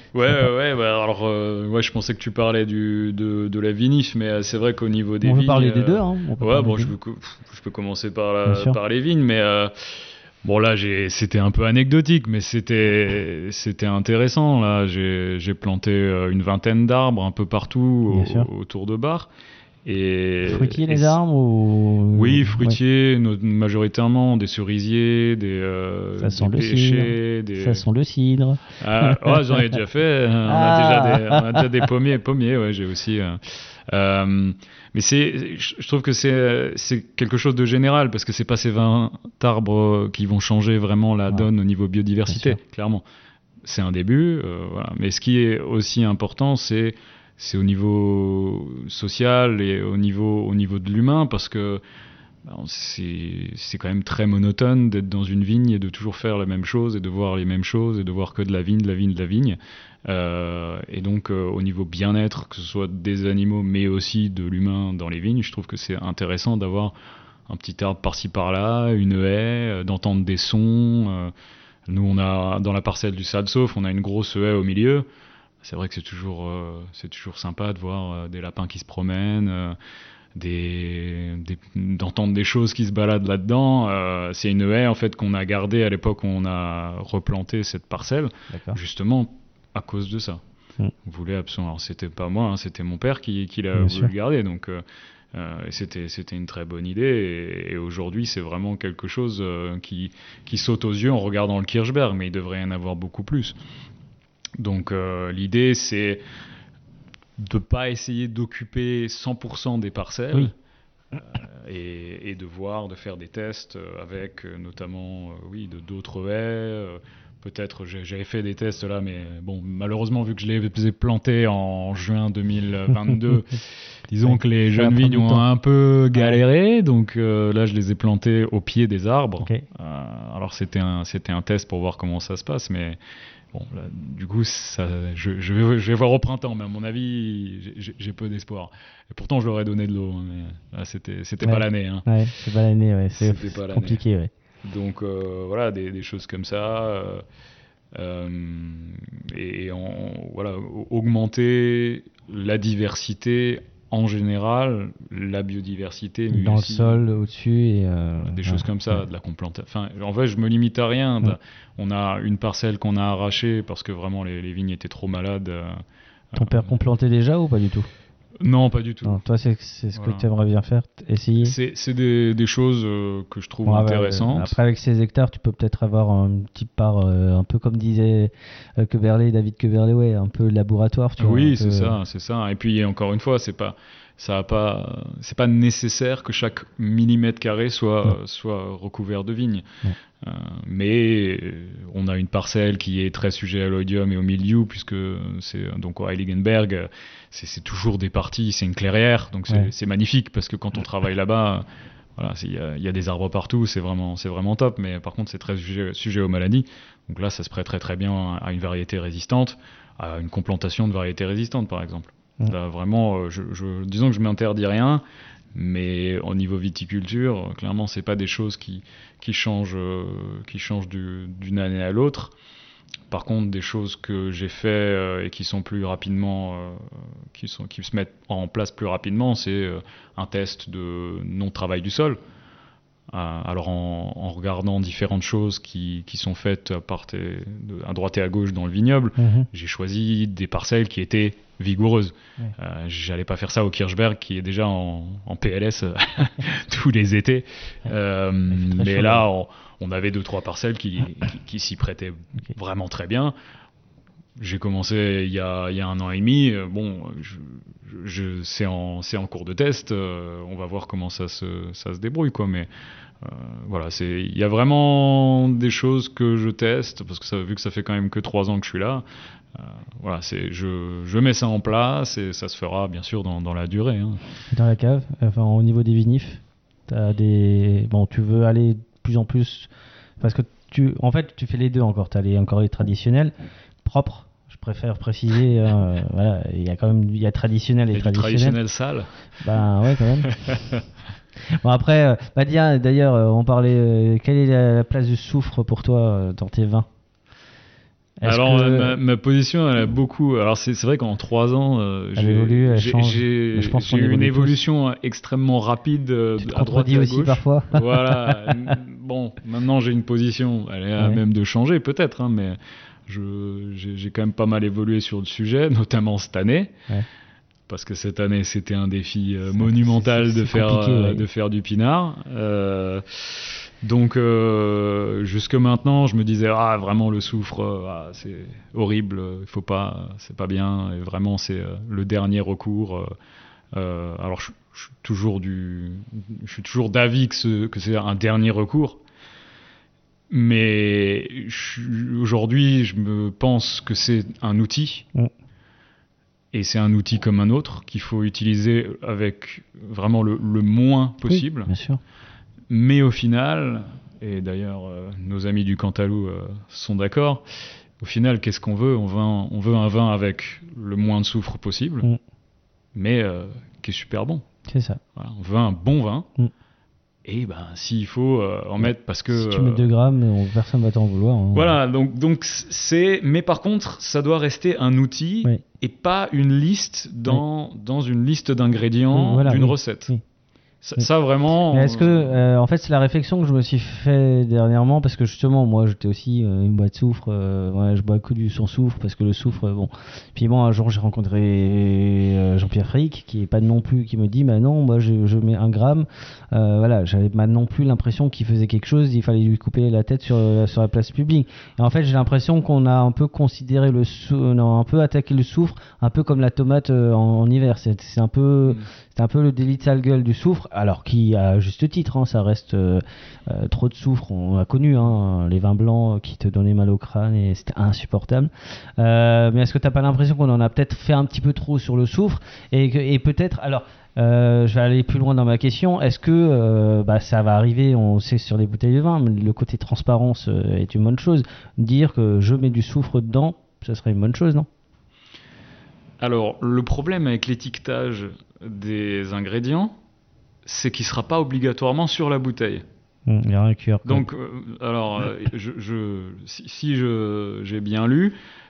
je pensais que tu parlais de la vinif, mais c'est vrai qu'au niveau des vignes, on peut parler des deux, hein. Je peux commencer par les vignes, mais bon là c'était un peu anecdotique, mais c'était intéressant. Là j'ai planté une vingtaine d'arbres un peu partout autour de Bar. Fruitiers les arbres ou... Oui, fruitiers, majoritairement, des cerisiers, des pêchers... Ça sent le cidre. J'en ai déjà fait. On a déjà des pommiers, ouais, j'ai aussi... mais je trouve que c'est quelque chose de général, parce que c'est pas ces 20 arbres qui vont changer vraiment la donne au niveau biodiversité, clairement. C'est un début, voilà. Mais ce qui est aussi important, c'est au niveau social et au niveau de l'humain, parce que c'est quand même très monotone d'être dans une vigne et de toujours faire la même chose et de voir les mêmes choses et de voir que de la vigne. Et donc au niveau bien-être, que ce soit des animaux mais aussi de l'humain dans les vignes, je trouve que c'est intéressant d'avoir un petit arbre par-ci par-là, une haie, d'entendre des sons. Nous, on a dans la parcelle du Stade Sauf, on a une grosse haie au milieu. C'est vrai que c'est toujours sympa de voir des lapins qui se promènent, d'entendre des choses qui se baladent là-dedans. C'est une haie en fait qu'on a gardée à l'époque où on a replanté cette parcelle, justement à cause de ça. On voulait absolument. Alors c'était pas moi, hein, c'était mon père qui l'a voulu garder. Donc c'était une très bonne idée. Et aujourd'hui, c'est vraiment quelque chose qui saute aux yeux en regardant le Kirchberg, mais il devrait y en avoir beaucoup plus. Donc l'idée, c'est de pas essayer d'occuper 100% des parcelles et de faire des tests avec notamment d'autres haies. Peut-être j'avais fait des tests là, mais bon, malheureusement, vu que je les ai plantés en juin 2022, disons que les jeunes vignes ont un peu galéré. Donc là, je les ai plantés au pied des arbres. Alors c'était un test pour voir comment ça se passe, mais bon, là, du coup, je vais voir au printemps, mais à mon avis, j'ai peu d'espoir. Et pourtant, je leur ai donné de l'eau, hein, mais là, c'était pas l'année. Hein. Ouais, c'est pas l'année, ouais. C'est compliqué, ouais. Donc voilà, des choses comme ça. Augmenter la diversité en général, la biodiversité, mais dans aussi, le sol au-dessus et des choses comme ça, de la complantation. Enfin, en fait, je me limite à rien. On a une parcelle qu'on a arrachée parce que vraiment les vignes étaient trop malades. Ton père complantait déjà ou pas du tout? Non, pas du tout. Non, toi, c'est ce que tu aimerais bien faire, essayer. C'est des choses que je trouve intéressantes. Après, avec ces hectares, tu peux peut-être avoir une petite part, un peu comme disait David Keberlé, un peu laboratoire. Tu vois, c'est ça. Et puis, encore une fois, c'est pas nécessaire que chaque millimètre carré soit recouvert de vignes. Mais on a une parcelle qui est très sujet à l'oïdium et au mildiou, puisque c'est donc au Heiligenberg, c'est toujours des parties, c'est une clairière, donc c'est magnifique parce que quand on travaille là-bas, voilà, il y a des arbres partout, c'est vraiment top. Mais par contre, c'est très sujet aux maladies. Donc là, ça se prête très très bien à une variété résistante, à une complantation de variétés résistantes, par exemple. Là, vraiment, disons que je m'interdis rien. Mais au niveau viticulture, clairement, c'est pas des choses qui changent d'une année à l'autre. Par contre, des choses que j'ai fait et qui sont plus rapidement, qui se mettent en place plus rapidement, c'est un test de non-travail du sol. Alors en regardant différentes choses qui sont faites à droite et à gauche dans le vignoble, j'ai choisi des parcelles qui étaient vigoureuses. J'allais pas faire ça au Kirchberg qui est déjà en PLS tous les étés. Mais là, on avait 2-3 parcelles qui s'y prêtaient vraiment très bien. J'ai commencé il y a 1 an et demi. Bon, c'est en cours de test. On va voir comment ça se débrouille, quoi. Mais voilà, il y a vraiment des choses que je teste parce que vu que ça fait quand même que 3 ans que je suis là. Voilà, je mets ça en place et ça se fera bien sûr dans la durée. Hein. Dans la cave, au niveau des vinifs, tu veux aller de plus en plus parce que tu fais les deux encore. Tu as les traditionnels propres. Je préfère préciser, voilà, il y a traditionnel et traditionnel sale. Ben ouais, quand même. Bon après, d'ailleurs, on parlait. Quelle est la place du soufre pour toi dans tes vins? Alors ma position, elle a beaucoup. Alors c'est vrai qu'en 3 ans, j'ai eu une évolution extrêmement rapide à droite et à gauche. Aussi parfois. Voilà. Bon, maintenant j'ai une position. Elle est à même de changer peut-être, hein, mais j'ai quand même pas mal évolué sur le sujet, notamment cette année. Parce que cette année, c'était un défi monumental de faire du pinard. Donc jusque maintenant, je me disais vraiment le soufre, c'est horrible, il faut pas, c'est pas bien. Et vraiment, c'est le dernier recours. Alors je suis toujours d'avis que c'est un dernier recours. Mais aujourd'hui, je me pense que c'est un outil. Et c'est un outil comme un autre qu'il faut utiliser avec vraiment le moins possible. Oui, bien sûr. Mais au final, et d'ailleurs nos amis du Cantalou sont d'accord, au final, qu'est-ce qu'on veut ? On veut un vin avec le moins de soufre possible, mais qui est super bon. C'est ça. Voilà, on veut un bon vin, Et s'il faut en mettre, parce que... Si tu mets 2 grammes, personne ne va t'en vouloir. Hein. Voilà, donc c'est... Mais par contre, ça doit rester un outil et pas une liste dans une liste d'ingrédients d'une recette. Oui. Ça vraiment... Mais est-ce que, en fait, c'est la réflexion que je me suis fait dernièrement, parce que justement, moi, j'étais aussi une boîte de soufre. Je bois que du sans soufre, parce que le soufre, bon... Puis bon, un jour, j'ai rencontré Jean-Pierre Frick, qui est pas non plus, qui me dit, non, moi, je mets 1 gramme. Voilà, j'avais pas non plus l'impression qu'il faisait quelque chose, il fallait lui couper la tête sur la place publique. Et en fait, j'ai l'impression qu'on a un peu considéré on a un peu attaqué le soufre, un peu comme la tomate en hiver. C'est un peu... C'est un peu le délit de sale gueule du soufre, alors qui, à juste titre, ça reste trop de soufre. On a connu les vins blancs qui te donnaient mal au crâne et c'était insupportable. Mais est-ce que tu n'as pas l'impression qu'on en a peut-être fait un petit peu trop sur le soufre et peut-être, alors, je vais aller plus loin dans ma question. Est-ce que ça va arriver, on sait sur les bouteilles de vin, mais le côté transparence est une bonne chose. Dire que je mets du soufre dedans, ça serait une bonne chose, non ? Alors, le problème avec l'étiquetage des ingrédients, c'est qu'il ne sera pas obligatoirement sur la bouteille. Il y a un QR code. Donc, si j'ai bien lu,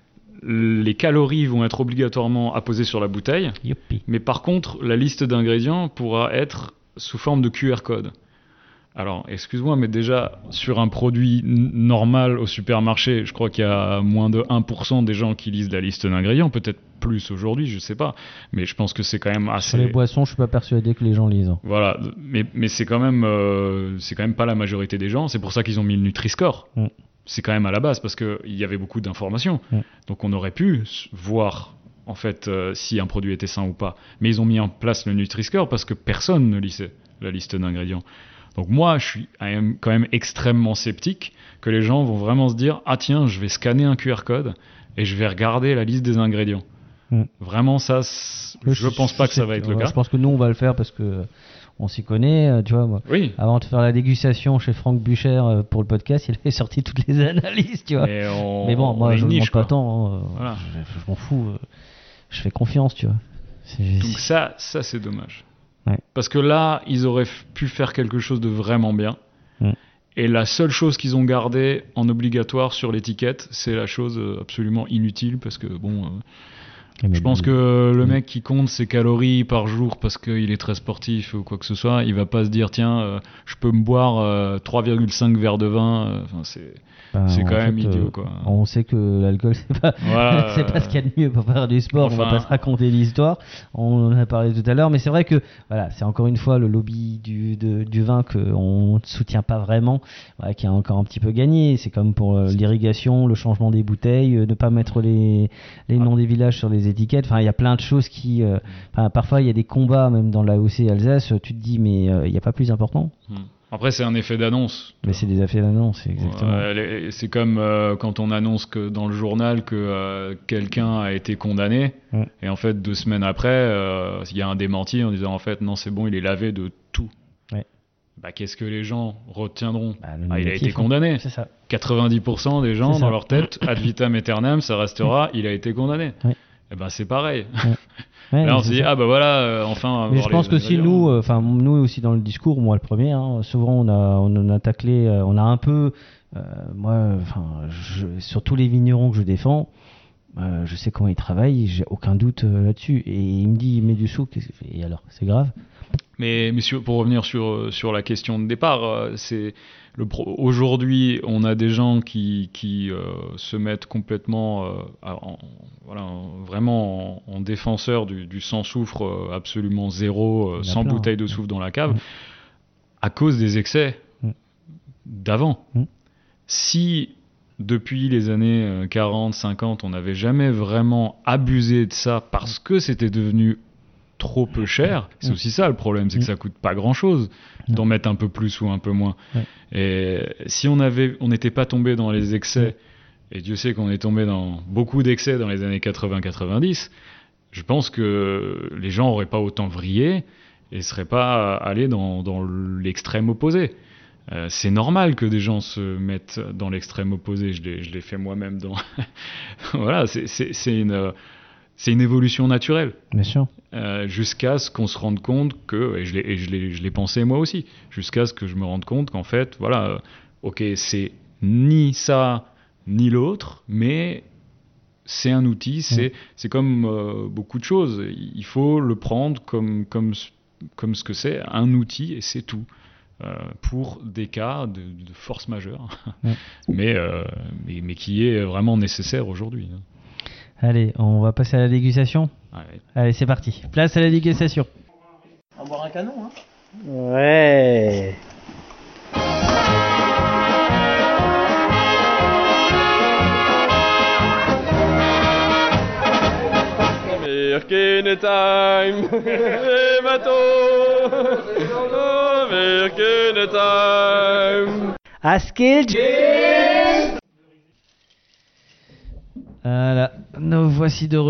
les calories vont être obligatoirement apposées sur la bouteille. Youpi. Mais par contre, la liste d'ingrédients pourra être sous forme de QR code. Alors, excuse-moi, mais déjà, sur un produit normal au supermarché, je crois qu'il y a moins de 1% des gens qui lisent la liste d'ingrédients, peut-être plus aujourd'hui, je sais pas, mais je pense que c'est quand même assez... Sur les boissons, je suis pas persuadé que les gens lisent. Voilà, mais c'est quand même pas la majorité des gens, c'est pour ça qu'ils ont mis le Nutri-Score. C'est quand même à la base, parce qu'il y avait beaucoup d'informations, donc on aurait pu voir en fait si un produit était sain ou pas, mais ils ont mis en place le Nutri-Score parce que personne ne lisait la liste d'ingrédients. Donc moi, je suis quand même extrêmement sceptique que les gens vont vraiment se dire « Ah tiens, je vais scanner un QR code et je vais regarder la liste des ingrédients. » Vraiment, ça, je pense pas que ça va être le cas. Je pense que nous, on va le faire parce que on s'y connaît. Tu vois, moi, avant de faire la dégustation chez Franck Bucher pour le podcast, il avait sorti toutes les analyses. Tu vois. Mais bon, moi, je ne demande pas tant. Voilà. Je m'en fous. Je fais confiance, tu vois. Donc ça c'est dommage. Parce que là, ils auraient pu faire quelque chose de vraiment bien. Et la seule chose qu'ils ont gardée en obligatoire sur l'étiquette, c'est la chose absolument inutile. Parce que, je pense que le mec qui compte ses calories par jour parce qu'il est très sportif ou quoi que ce soit, il va pas se dire, tiens, je peux me boire 3,5 verres de vin. C'est quand même idiot, quoi. On sait que l'alcool, c'est pas ce qu'il y a de mieux pour faire du sport. On va pas se raconter l'histoire. On en a parlé tout à l'heure, mais c'est vrai que c'est encore une fois le lobby du vin qu'on ne soutient pas vraiment, qui a encore un petit peu gagné. C'est comme pour l'irrigation, le changement des bouteilles, ne pas mettre les noms des villages sur les étiquettes. Enfin, il y a plein de choses qui... parfois, il y a des combats, même dans l'AOC Alsace. Tu te dis, mais il n'y a pas plus important. Après, c'est un effet d'annonce. Mais c'est des effets d'annonce, exactement. C'est comme quand on annonce que dans le journal que quelqu'un a été condamné, et en fait, 2 semaines après, il y a un démenti en disant, en fait, non, c'est bon, il est lavé de tout. Qu'est-ce que les gens retiendront ? Il a été condamné. C'est ça. 90% des gens, dans leur tête, ad vitam aeternam, ça restera, il a été condamné. C'est pareil. Là, on se dit, enfin... Mais je pense que si nous aussi dans le discours, moi le premier, souvent on a taclé, on a un peu... sur tous les vignerons que je défends, je sais comment ils travaillent, j'ai aucun doute là-dessus. Et il me dit, il met du souk, et alors, c'est grave. Mais pour revenir sur la question de départ, aujourd'hui, on a des gens qui se mettent complètement vraiment en défenseur du sans-soufre absolument zéro, sans bouteille de soufre dans la cave, à cause des excès d'avant. Si depuis les années 40, 50, on n'avait jamais vraiment abusé de ça parce que c'était devenu trop peu cher, c'est aussi ça le problème, c'est que ça coûte pas grand chose d'en mettre un peu plus ou un peu moins. Et si on n'était pas tombé dans les excès, et Dieu sait qu'on est tombé dans beaucoup d'excès dans les années 80-90, je pense que les gens auraient pas autant vrillé et seraient pas allés dans l'extrême opposé. C'est normal que des gens se mettent dans l'extrême opposé, je l'ai fait moi-même dans... Voilà, c'est une évolution naturelle. Bien sûr. Jusqu'à ce qu'on se rende compte que, et je l'ai pensé moi aussi, jusqu'à ce que je me rende compte qu'en fait, voilà, ok, c'est ni ça ni l'autre, mais c'est un outil, c'est comme beaucoup de choses. Il faut le prendre comme ce que c'est, un outil, et c'est tout. Pour des cas de force majeure, mais qui est vraiment nécessaire aujourd'hui. Allez, on va passer à la dégustation. Ouais. Allez, c'est parti. Place à la dégustation. On va boire un canon, hein. Ouais. American time, les bateaux, American time. Askild. Voilà, nous voici de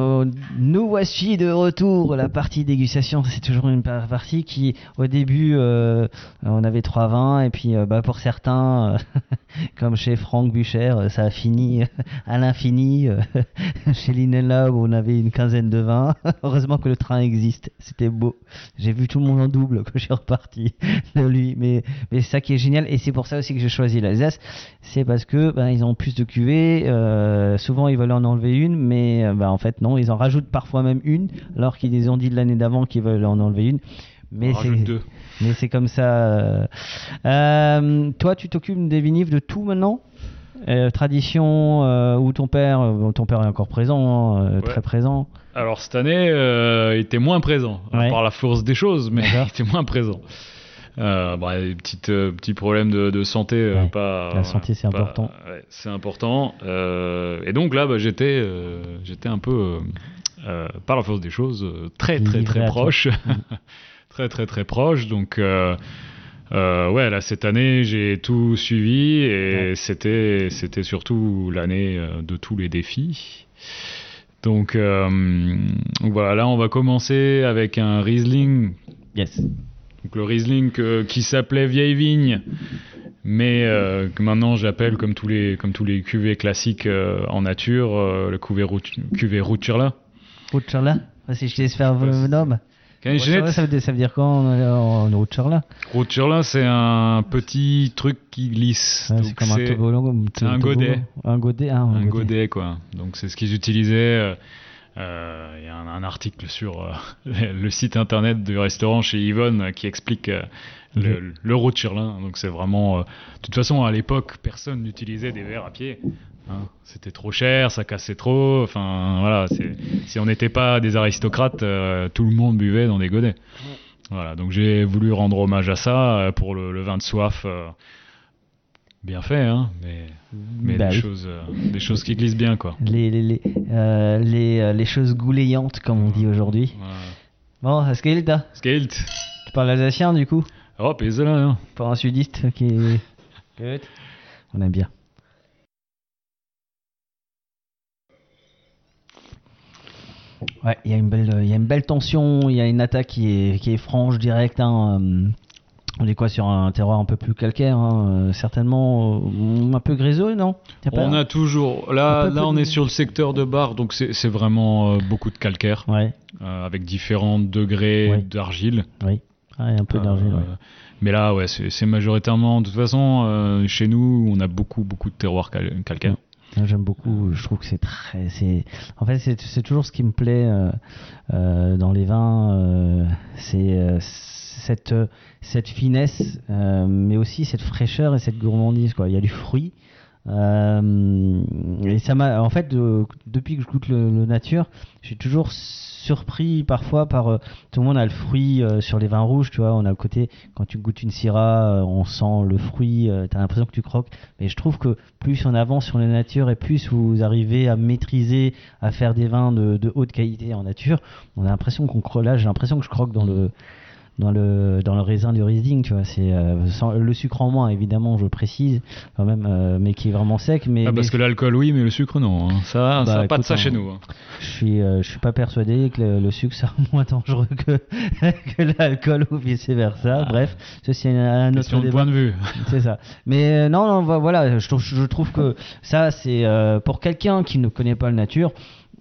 retour. La partie dégustation, c'est toujours une partie qui, au début, on avait 3 vins, et puis pour certains, comme chez Franck Bucher, ça a fini à l'infini. Chez Linella, où on avait une quinzaine de vins. Heureusement que le train existe, c'était beau. J'ai vu tout le monde en double quand je suis reparti de lui. Mais c'est ça qui est génial, et c'est pour ça aussi que j'ai choisi l'Alsace. C'est parce que ils ont plus de cuvées. Souvent ils veulent en enlever une, mais en fait non, ils en rajoutent parfois même une, alors qu'ils les ont dit de l'année d'avant qu'ils veulent en enlever une. Mais c'est comme ça. Toi, tu t'occupes des vinifs de tout maintenant. Tradition où ton père est encore présent, très présent. Alors cette année, il était moins présent, par la force des choses, mais il était moins présent. Petits problèmes de santé. La santé, c'est important. C'est important. Et donc là, j'étais un peu, par la force des choses, très proche. très proche. Donc, là, cette année, j'ai tout suivi, et c'était surtout l'année de tous les défis. Donc voilà, là, on va commencer avec un Riesling. Yes. Donc le Riesling qui s'appelait Vieille Vigne, mais que maintenant j'appelle comme tous les cuvées classiques en nature, le cuvée Rucciarla. Rucciarla, si je te laisse faire vos noms. Ça veut dire quoi en Rucciarla? Rucciarla, c'est un petit truc qui glisse. C'est comme un toboggan. C'est un godet. Un godet, quoi. Donc c'est ce qu'ils utilisaient. Il y a un article sur le site internet du restaurant chez Yvonne qui explique le Rucciarla. Donc c'est vraiment... de toute façon, à l'époque, personne n'utilisait des verres à pied. C'était trop cher, ça cassait trop. Enfin, voilà, si on n'était pas des aristocrates, tout le monde buvait dans des godets. Voilà, donc j'ai voulu rendre hommage à ça pour le vin de soif. Bien fait, mais des choses qui glissent bien, quoi. Les choses gouléantes, comme on dit aujourd'hui. Bon, Askild. Tu parles alsacien, du coup? Oh, là. Pour un sudiste qui est... Good. On aime bien. Ouais, il y a une belle tension, il y a une attaque qui est franche, directe. On est quoi, sur un terroir un peu plus calcaire, certainement un peu gréseux, non? On a toujours... Là on est sur le secteur de Bar, donc c'est vraiment beaucoup de calcaire, avec différents degrés d'argile. Oui, un peu d'argile, Mais là, c'est majoritairement... De toute façon, chez nous, on a beaucoup de terroirs calcaires. J'aime beaucoup, je trouve que en fait, c'est toujours ce qui me plaît dans les vins, c'est cette finesse, mais aussi cette fraîcheur et cette gourmandise, quoi. Il y a du fruit, et ça m'a, en fait, depuis que je goûte le nature, je suis toujours surpris parfois par tout le monde a le fruit sur les vins rouges, tu vois. On a le côté, quand tu goûtes une Syrah, on sent le fruit, t'as l'impression que tu croques, mais je trouve que plus on avance sur la nature et plus vous arrivez à maîtriser, à faire des vins de haute qualité en nature, on a l'impression là, j'ai l'impression que je croque dans le raisin du Riesling, tu vois. C'est le sucre en moins, évidemment, je précise quand même, mais qui est vraiment sec. Parce que l'alcool, oui, mais le sucre, non. Ça n'a pas de ça chez nous. Je suis pas persuadé que le sucre soit moins dangereux que l'alcool ou vice versa. Bref, c'est un autre débat. Point de vue. C'est ça. Mais non, voilà, je trouve que ça, c'est pour quelqu'un qui ne connaît pas la nature.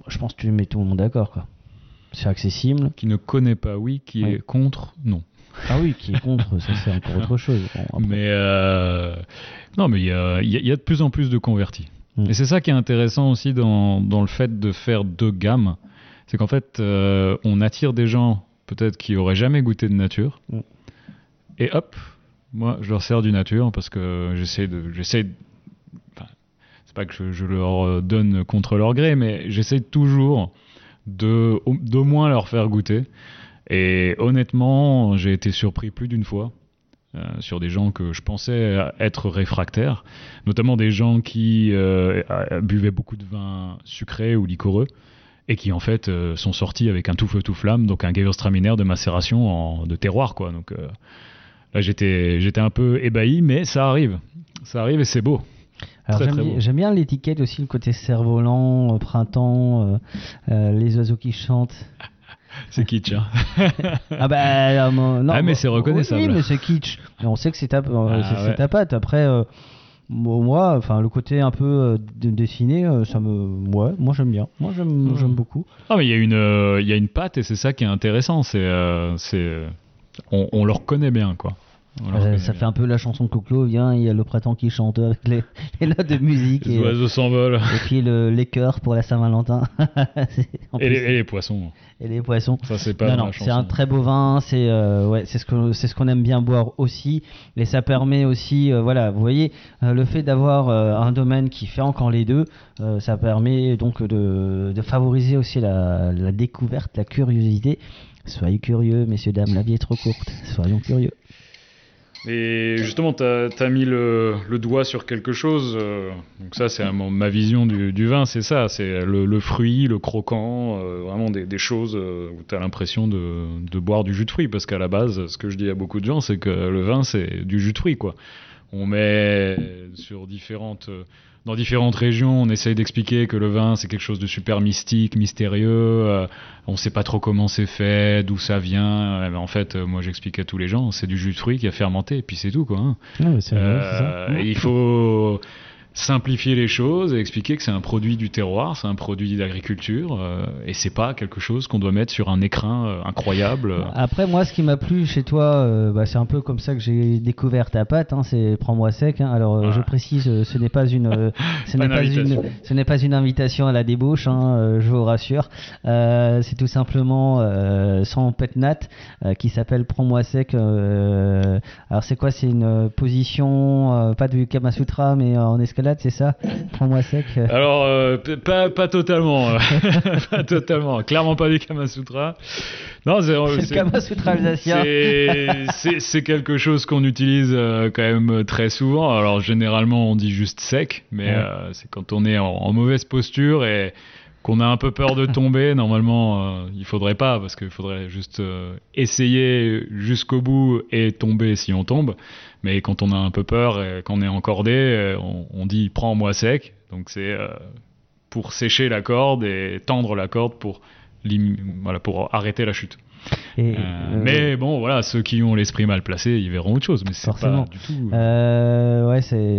je pense que tu mets tout le monde d'accord, quoi. C'est accessible. Qui ne connaît pas, oui. Qui est contre, non. Ah oui, qui est contre, ça c'est encore autre chose. Bon, mais non, mais il y a de plus en plus de convertis. Et c'est ça qui est intéressant aussi dans le fait de faire 2 gammes. C'est qu'en fait, on attire des gens peut-être qui n'auraient jamais goûté de nature. Et hop, moi je leur sers du nature parce que j'essaie enfin, c'est pas que je leur donne contre leur gré, mais j'essaie toujours d'au moins leur faire goûter. Et honnêtement, j'ai été surpris plus d'une fois sur des gens que je pensais être réfractaires, notamment des gens qui buvaient beaucoup de vin sucré ou liquoreux et qui en fait sont sortis avec un tout feu tout flamme, donc un Gewürztraminer de macération de terroir, quoi. Donc là j'étais un peu ébahi, mais ça arrive et c'est beau. Alors j'aime bien l'étiquette aussi, le côté cerf-volant, printemps, les oiseaux qui chantent. C'est kitsch, hein. Ah bah non. Ah mais c'est reconnaissable. Oui, mais c'est kitsch. Mais on sait que c'est ta patte. Après, moi, enfin le côté un peu dessiné, ça moi j'aime bien. Moi j'aime beaucoup. Ah mais il y a une patte et c'est ça qui est intéressant. On le reconnaît bien, quoi. Ça fait un peu la chanson de Clo-Clo, viens, il y a le printemps qui chante avec les notes de musique. Les oiseaux s'envolent. Et puis les chœurs pour la Saint-Valentin. Et les poissons. Et les poissons. Ça, c'est pas non, c'est un très beau vin, c'est ce qu'on aime bien boire aussi. Et ça permet aussi, voilà, vous voyez, le fait d'avoir un domaine qui fait encore les deux, ça permet donc de favoriser aussi la découverte, la curiosité. Soyez curieux, messieurs, dames, la vie est trop courte. Soyons curieux. Et justement, t'as mis le doigt sur quelque chose. Donc ça, c'est ma vision du vin, c'est ça. C'est le fruit, le croquant, vraiment des choses où t'as l'impression de boire du jus de fruits. Parce qu'à la base, ce que je dis à beaucoup de gens, c'est que le vin, c'est du jus de fruits, quoi. On met dans différentes régions, on essaye d'expliquer que le vin, c'est quelque chose de super mystique, mystérieux. On ne sait pas trop comment c'est fait, d'où ça vient. Mais en fait, moi, j'explique à tous les gens, c'est du jus de fruits qui a fermenté, et puis c'est tout, quoi. Hein. Ouais, c'est ça. Il faut simplifier les choses et expliquer que c'est un produit du terroir, c'est un produit d'agriculture, et c'est pas quelque chose qu'on doit mettre sur un écrin incroyable. Après, moi, ce qui m'a plu chez toi, c'est un peu comme ça que j'ai découvert ta pâte, hein, c'est Prends-moi sec. Hein. Alors, je précise, ce n'est pas une invitation à la débauche, hein, je vous rassure. C'est tout simplement son pet nat qui s'appelle Prends-moi sec. Alors, c'est quoi? C'est une position, pas du Kama Sutra, mais en escalade. C'est ça? Prends-moi sec. Alors, pas totalement. Pas totalement. Clairement pas du Kama Sutra. Non, c'est le Kama Sutra alsacien. C'est quelque chose qu'on utilise quand même très souvent. Alors, généralement, on dit juste sec, mais c'est quand on est en mauvaise posture et qu'on a un peu peur de tomber. Normalement, il faudrait pas, parce qu'il faudrait juste essayer jusqu'au bout et tomber si on tombe. Mais quand on a un peu peur et qu'on est encordé, on dit « prends-moi sec ». Donc c'est pour sécher la corde et tendre la corde pour arrêter la chute. Mais bon, voilà, ceux qui ont l'esprit mal placé, ils verront autre chose. Mais c'est forcément pas du tout... ouais,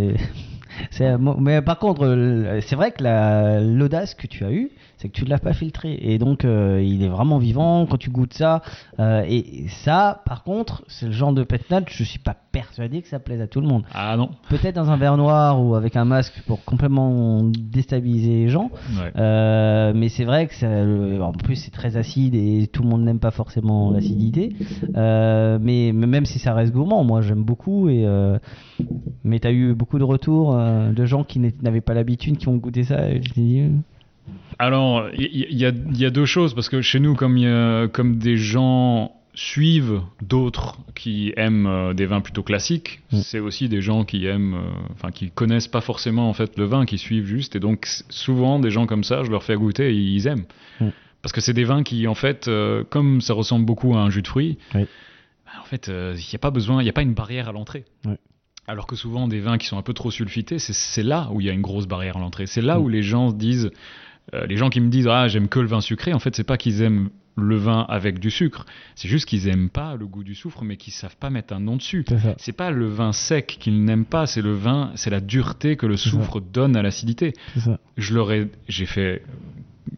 mais par contre, c'est vrai que l'audace que tu as eue, c'est que tu ne l'as pas filtré. Et donc, il est vraiment vivant quand tu goûtes ça. Et ça, par contre, c'est le genre de pet nat, je ne suis pas persuadé que ça plaise à tout le monde. Ah non. Peut-être dans un verre noir ou avec un masque pour complètement déstabiliser les gens. Ouais. Mais c'est vrai que en plus, c'est très acide et tout le monde n'aime pas forcément l'acidité. Mais même si ça reste gourmand, moi, j'aime beaucoup. Mais tu as eu beaucoup de retours de gens qui n'avaient pas l'habitude, qui ont goûté ça. Et je t'ai dit... Alors, il y a deux choses, parce que chez nous, comme des gens suivent d'autres qui aiment des vins plutôt classiques, c'est aussi des gens qui aiment, qui connaissent pas forcément en fait le vin, qui suivent juste, et donc souvent des gens comme ça, je leur fais goûter et ils aiment, parce que c'est des vins qui en fait, comme ça ressemble beaucoup à un jus de fruits, en fait, il n'y a pas besoin, il n'y a pas une barrière à l'entrée. Alors que souvent, des vins qui sont un peu trop sulfités, c'est là où il y a une grosse barrière à l'entrée. C'est là où les gens disent, les gens qui me disent « Ah, j'aime que le vin sucré », en fait, c'est pas qu'ils aiment le vin avec du sucre. C'est juste qu'ils aiment pas le goût du soufre, mais qu'ils savent pas mettre un nom dessus. C'est pas le vin sec qu'ils n'aiment pas, c'est la dureté que le soufre donne à l'acidité. J'ai fait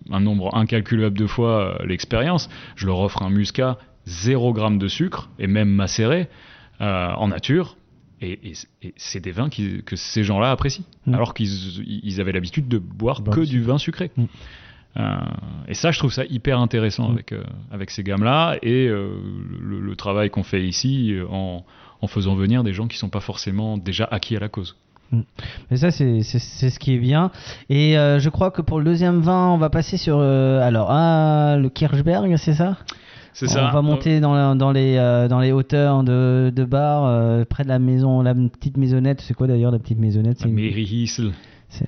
un nombre incalculable de fois l'expérience. Je leur offre un muscat 0 g de sucre et même macéré en nature. Et c'est des vins que ces gens-là apprécient, alors qu'ils avaient l'habitude de boire que du vin sucré. Et ça, je trouve ça hyper intéressant avec ces gammes-là et le travail qu'on fait ici en faisant venir des gens qui ne sont pas forcément déjà acquis à la cause. Mais ça, c'est ce qui est bien. Et je crois que pour le deuxième vin, on va passer sur le Kirchberg, c'est ça ? C'est ça. On va monter dans les hauteurs de bar, près de la maison, la petite maisonnette. C'est quoi d'ailleurs la petite maisonnette ? La Mairie Hiesel. Quoi ?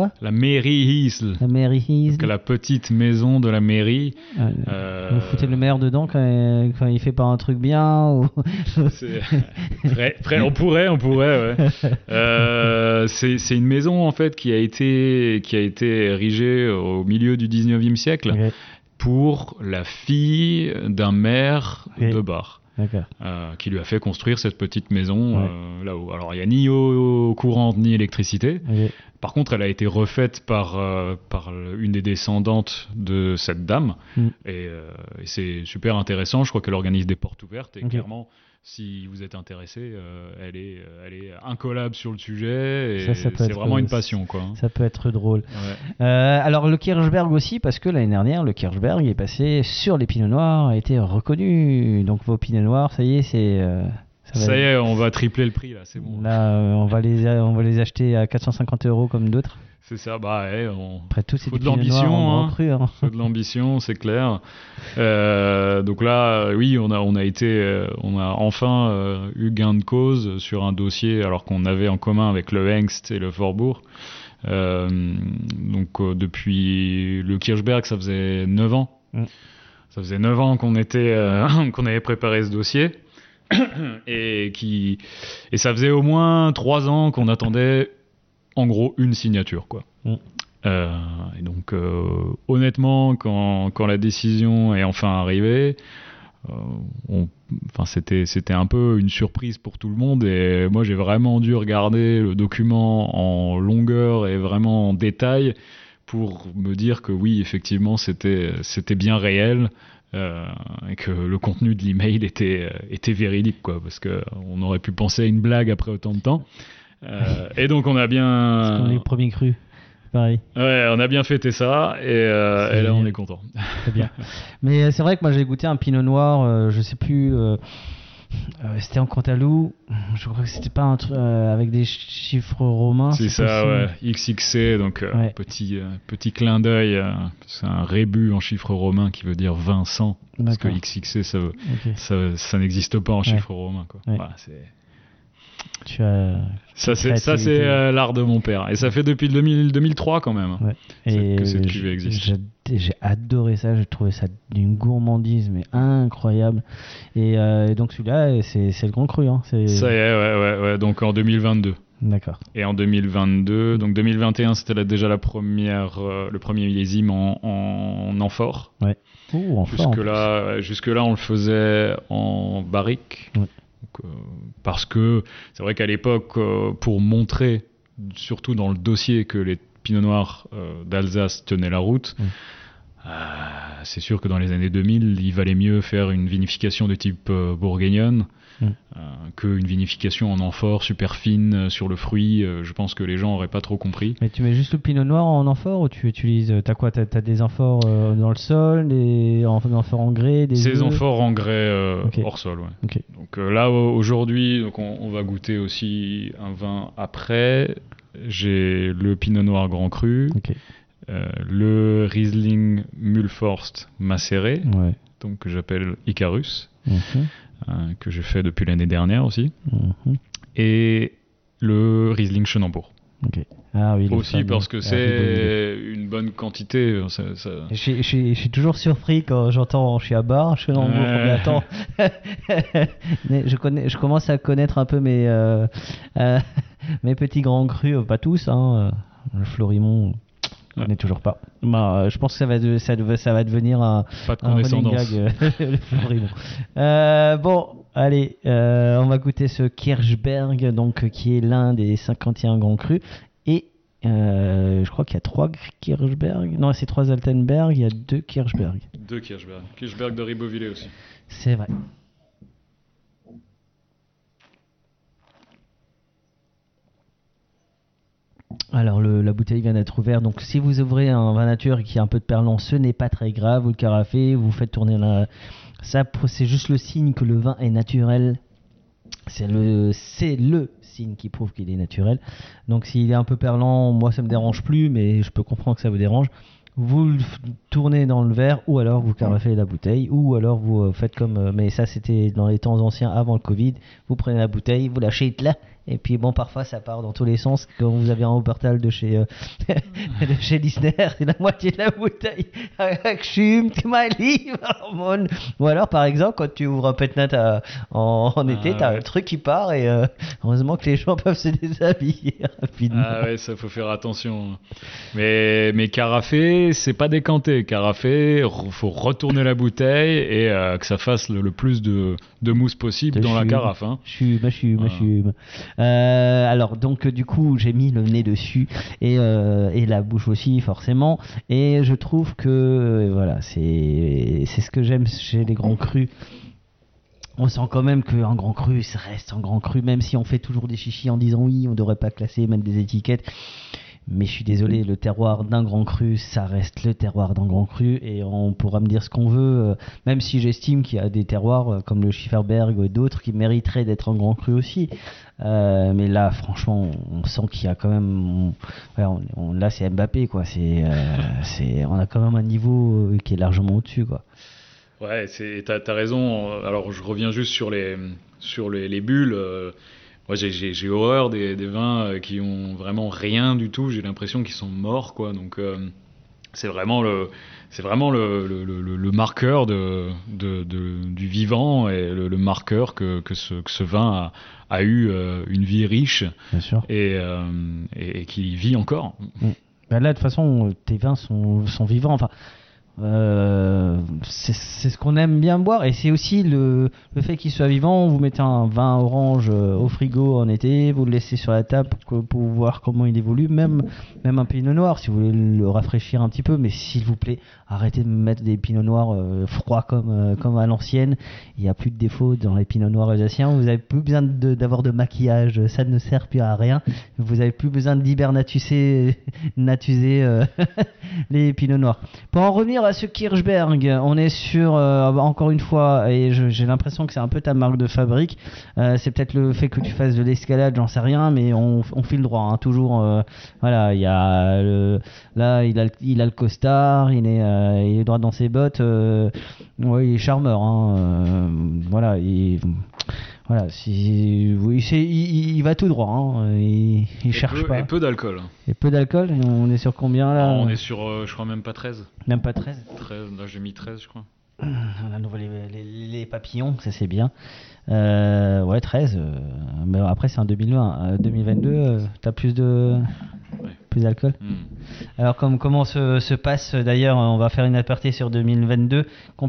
La Mairie Hiesel. La Mairie Hiesel. Donc la petite maison de la mairie. Vous foutez le maire dedans quand il fait pas un truc bien ou... on pourrait, ouais. C'est une maison en fait qui a été érigée au milieu du 19e siècle. Okay. Pour la fille d'un maire de bar, qui lui a fait construire cette petite maison là-haut. Alors il n'y a ni eau courante ni électricité. Par contre, elle a été refaite par une des descendantes de cette dame. Et c'est super intéressant. Je crois qu'elle organise des portes ouvertes. Et clairement, si vous êtes intéressé, elle est incollable sur le sujet. Et c'est vraiment une passion, quoi. Ça peut être drôle. Alors le Kirchberg aussi, parce que l'année dernière, le Kirchberg est passé sur les Pinots Noirs, a été reconnu. Donc vos Pinots Noirs, ça y est, ça y est, on va tripler le prix, là, c'est bon. Là, on va les acheter à 450 € comme d'autres. C'est ça, après tout, c'est faut de l'ambition, faut de l'ambition, c'est clair. Donc là, oui, on a enfin eu gain de cause sur un dossier, alors qu'on avait en commun avec le Hengst et le Forbourg. Donc depuis le Kirchberg, ça faisait 9 ans. Ça faisait 9 ans qu'on avait préparé ce dossier. et ça faisait au moins 3 ans qu'on attendait en gros une signature, quoi. Et donc honnêtement, quand la décision est enfin arrivée, c'était un peu une surprise pour tout le monde, et moi j'ai vraiment dû regarder le document en longueur et vraiment en détail pour me dire que oui, effectivement c'était bien réel. Et que le contenu de l'email était véridique, quoi, parce qu'on aurait pu penser à une blague après autant de temps. Et donc on a bien... Parce qu'on est le premier cru, pareil. Ouais, on a bien fêté ça, et là on est content. C'est bien. Mais c'est vrai que moi j'ai goûté un Pinot Noir, je sais plus... c'était en Cantalou, je crois que c'était pas un truc avec des chiffres romains. C'est ça, ouais. XXC, donc petit clin d'œil. C'est un rébus en chiffres romains qui veut dire Vincent. Parce que XXC, ça n'existe pas en chiffres romains, quoi. Ouais. Voilà, ça c'est l'art de mon père, et ça fait depuis 2003 quand même que cette cuvée existe. J'ai adoré ça, j'ai trouvé ça d'une gourmandise mais incroyable, et donc celui-là c'est le Grand Cru, hein. Ça y est, ouais, donc en 2022. D'accord. Et en 2022, donc 2021 c'était déjà le premier millésime en amphore. Ouais. Jusque là on le faisait en barrique. Ouais. Parce que c'est vrai qu'à l'époque, pour montrer, surtout dans le dossier, que les Pinots Noirs d'Alsace tenaient la route, c'est sûr que dans les années 2000, il valait mieux faire une vinification de type bourguignonne qu'une vinification en amphore super fine sur le fruit. Je pense que les gens n'auraient pas trop compris. Mais tu mets juste le Pinot Noir en amphore, ou tu utilises... T'as quoi ? T'as des amphores dans le sol, des amphores en grès, Ces amphores en grès hors sol, ouais. Okay. Donc là, aujourd'hui, donc on va goûter aussi un vin après. J'ai le Pinot Noir Grand Cru, le Riesling Mühlforst macéré, donc que j'appelle Icarus. Que j'ai fait depuis l'année dernière aussi, et le Riesling Chenambourg. Ah oui, aussi parce que c'est une bonne quantité. Je suis toujours surpris quand j'entends je suis à bar, Chenambourg. Mais attends, je commence à connaître un peu mes petits grands crus, pas tous, hein. Le Florimond. On n'est toujours pas. Je pense que ça va devenir un running gag, le Florimond. Bon, allez, on va goûter ce Kirchberg, donc qui est l'un des 51 grands crus, et Je crois qu'il y a 3 Kirchberg. Non, c'est 3 Altenberg, il y a 2 Kirchberg. 2 Kirchberg. Kirchberg de Ribeauvillé aussi. C'est vrai. Alors la bouteille vient d'être ouverte, donc si vous ouvrez un vin nature qui a un peu de perlant, ce n'est pas très grave, vous le carafez, vous faites tourner ça, c'est juste le signe que le vin est naturel. C'est le signe qui prouve qu'il est naturel. Donc s'il est un peu perlant, moi ça me dérange plus, mais je peux comprendre que ça vous dérange. Vous le tournez dans le verre, ou alors vous carafez la bouteille, ou alors vous faites comme... mais ça c'était dans les temps anciens, avant le Covid. Vous prenez la bouteille, vous lâchez là, et puis bon, parfois ça part dans tous les sens. Quand vous avez un Wuppertal de chez Lissner, c'est la moitié de la bouteille. Ou alors par exemple, quand tu ouvres un Petnat en été, t'as le truc qui part, et heureusement que les gens peuvent se déshabiller rapidement. Ah ouais, ça faut faire attention. Mais carafer, c'est pas décanter. Carafer, faut retourner la bouteille et que ça fasse le plus de mousse possible dans la carafe. Hein. Alors donc du coup j'ai mis le nez dessus et la bouche aussi forcément, et je trouve que voilà, c'est ce que j'aime chez les grands crus. On sent quand même qu'un grand cru, ça reste un grand cru, même si on fait toujours des chichis en disant oui, on devrait pas classer, mettre des étiquettes. Mais je suis désolé, le terroir d'un grand cru, ça reste le terroir d'un grand cru, et on pourra me dire ce qu'on veut, même si j'estime qu'il y a des terroirs comme le Schifferberg et d'autres qui mériteraient d'être un grand cru aussi. Mais là, franchement, on sent qu'il y a quand même... là, c'est Mbappé, quoi. On a quand même un niveau qui est largement au-dessus, quoi. Ouais, t'as raison. Alors, je reviens juste sur les bulles. Moi, j'ai horreur des vins qui ont vraiment rien du tout. J'ai l'impression qu'ils sont morts, quoi. Donc, c'est vraiment le marqueur du vivant, et le marqueur que ce vin a eu une vie riche. Bien sûr. Et qui vit encore. Là, de toute façon, tes vins sont vivants. Enfin. C'est ce qu'on aime bien boire, et c'est aussi le fait qu'il soit vivant. Vous mettez un vin orange au frigo en été, vous le laissez sur la table pour voir comment il évolue, même un pinot noir si vous voulez le rafraîchir un petit peu, mais s'il vous plaît, arrêtez de mettre des pinots noirs froids comme à l'ancienne. Il n'y a plus de défaut dans les pinots noirs alsaciens. Vous n'avez plus besoin d'avoir de maquillage, ça ne sert plus à rien. Vous n'avez plus besoin d'hibernatuser les pinots noirs. Pour en revenir à ce Kirchberg, on est sur encore une fois, et j'ai l'impression que c'est un peu ta marque de fabrique, c'est peut-être le fait que tu fasses de l'escalade, j'en sais rien, mais on file droit, hein, toujours. Voilà, il y a là il a le costard, il est droit dans ses bottes, ouais, il est charmeur, hein, voilà, il va tout droit, hein, il cherche pas. Et peu d'alcool. Et peu d'alcool, on est sur combien là? On est sur, je crois même pas 13. Même pas 13 ? 13, là j'ai mis 13 je crois. On a nouveau les papillons, ça c'est bien. Ouais, 13, mais après c'est en 2020. 2022, t'as plus d'alcool. Alors comment se passe, d'ailleurs, on va faire une aparté sur 2022, compliqué ?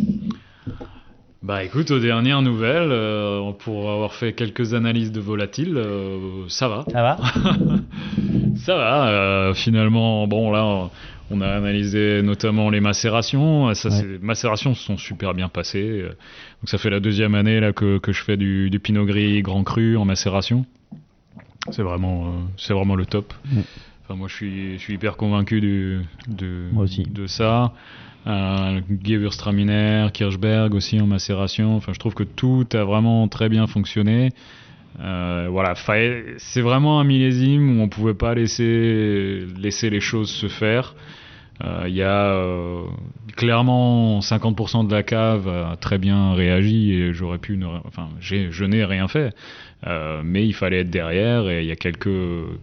Bah écoute, aux dernières nouvelles, pour avoir fait quelques analyses de volatiles, ça va. Ça va. Ça va, finalement, bon là, on a analysé notamment les macérations. Les macérations se sont super bien passées. Donc ça fait la deuxième année là que je fais du Pinot Gris Grand Cru en macération. C'est vraiment le top. Enfin, moi je suis hyper convaincu de ça. Gewürztraminer, Kirchberg aussi en macération. Enfin, je trouve que tout a vraiment très bien fonctionné. Voilà, c'est vraiment un millésime où on pouvait pas laisser les choses se faire. Il y a clairement 50% de la cave a très bien réagi, et je n'ai rien fait, mais il fallait être derrière, et il y a quelques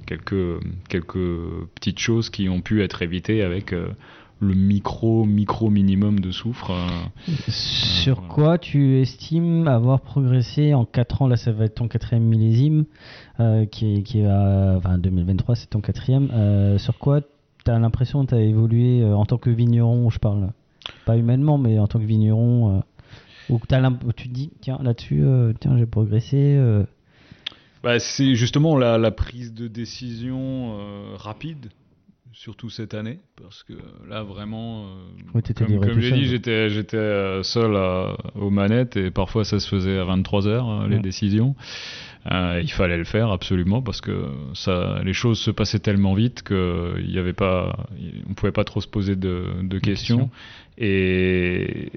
petites choses qui ont pu être évitées avec le micro minimum de soufre. Sur quoi tu estimes avoir progressé en 4 ans? Là, ça va être ton 4e millésime, qui va... Enfin, 2023, c'est ton 4e. Sur quoi tu as l'impression que tu as évolué en tant que vigneron, je parle, pas humainement, mais en tant que vigneron, ou que tu te dis, tiens, là-dessus, j'ai progressé C'est justement la prise de décision rapide, surtout cette année, parce que là vraiment, comme j'ai dit, j'étais seul aux manettes et parfois ça se faisait à 23h les décisions. Il fallait le faire absolument parce que les choses se passaient tellement vite qu'on ne pouvait pas trop se poser de questions. Et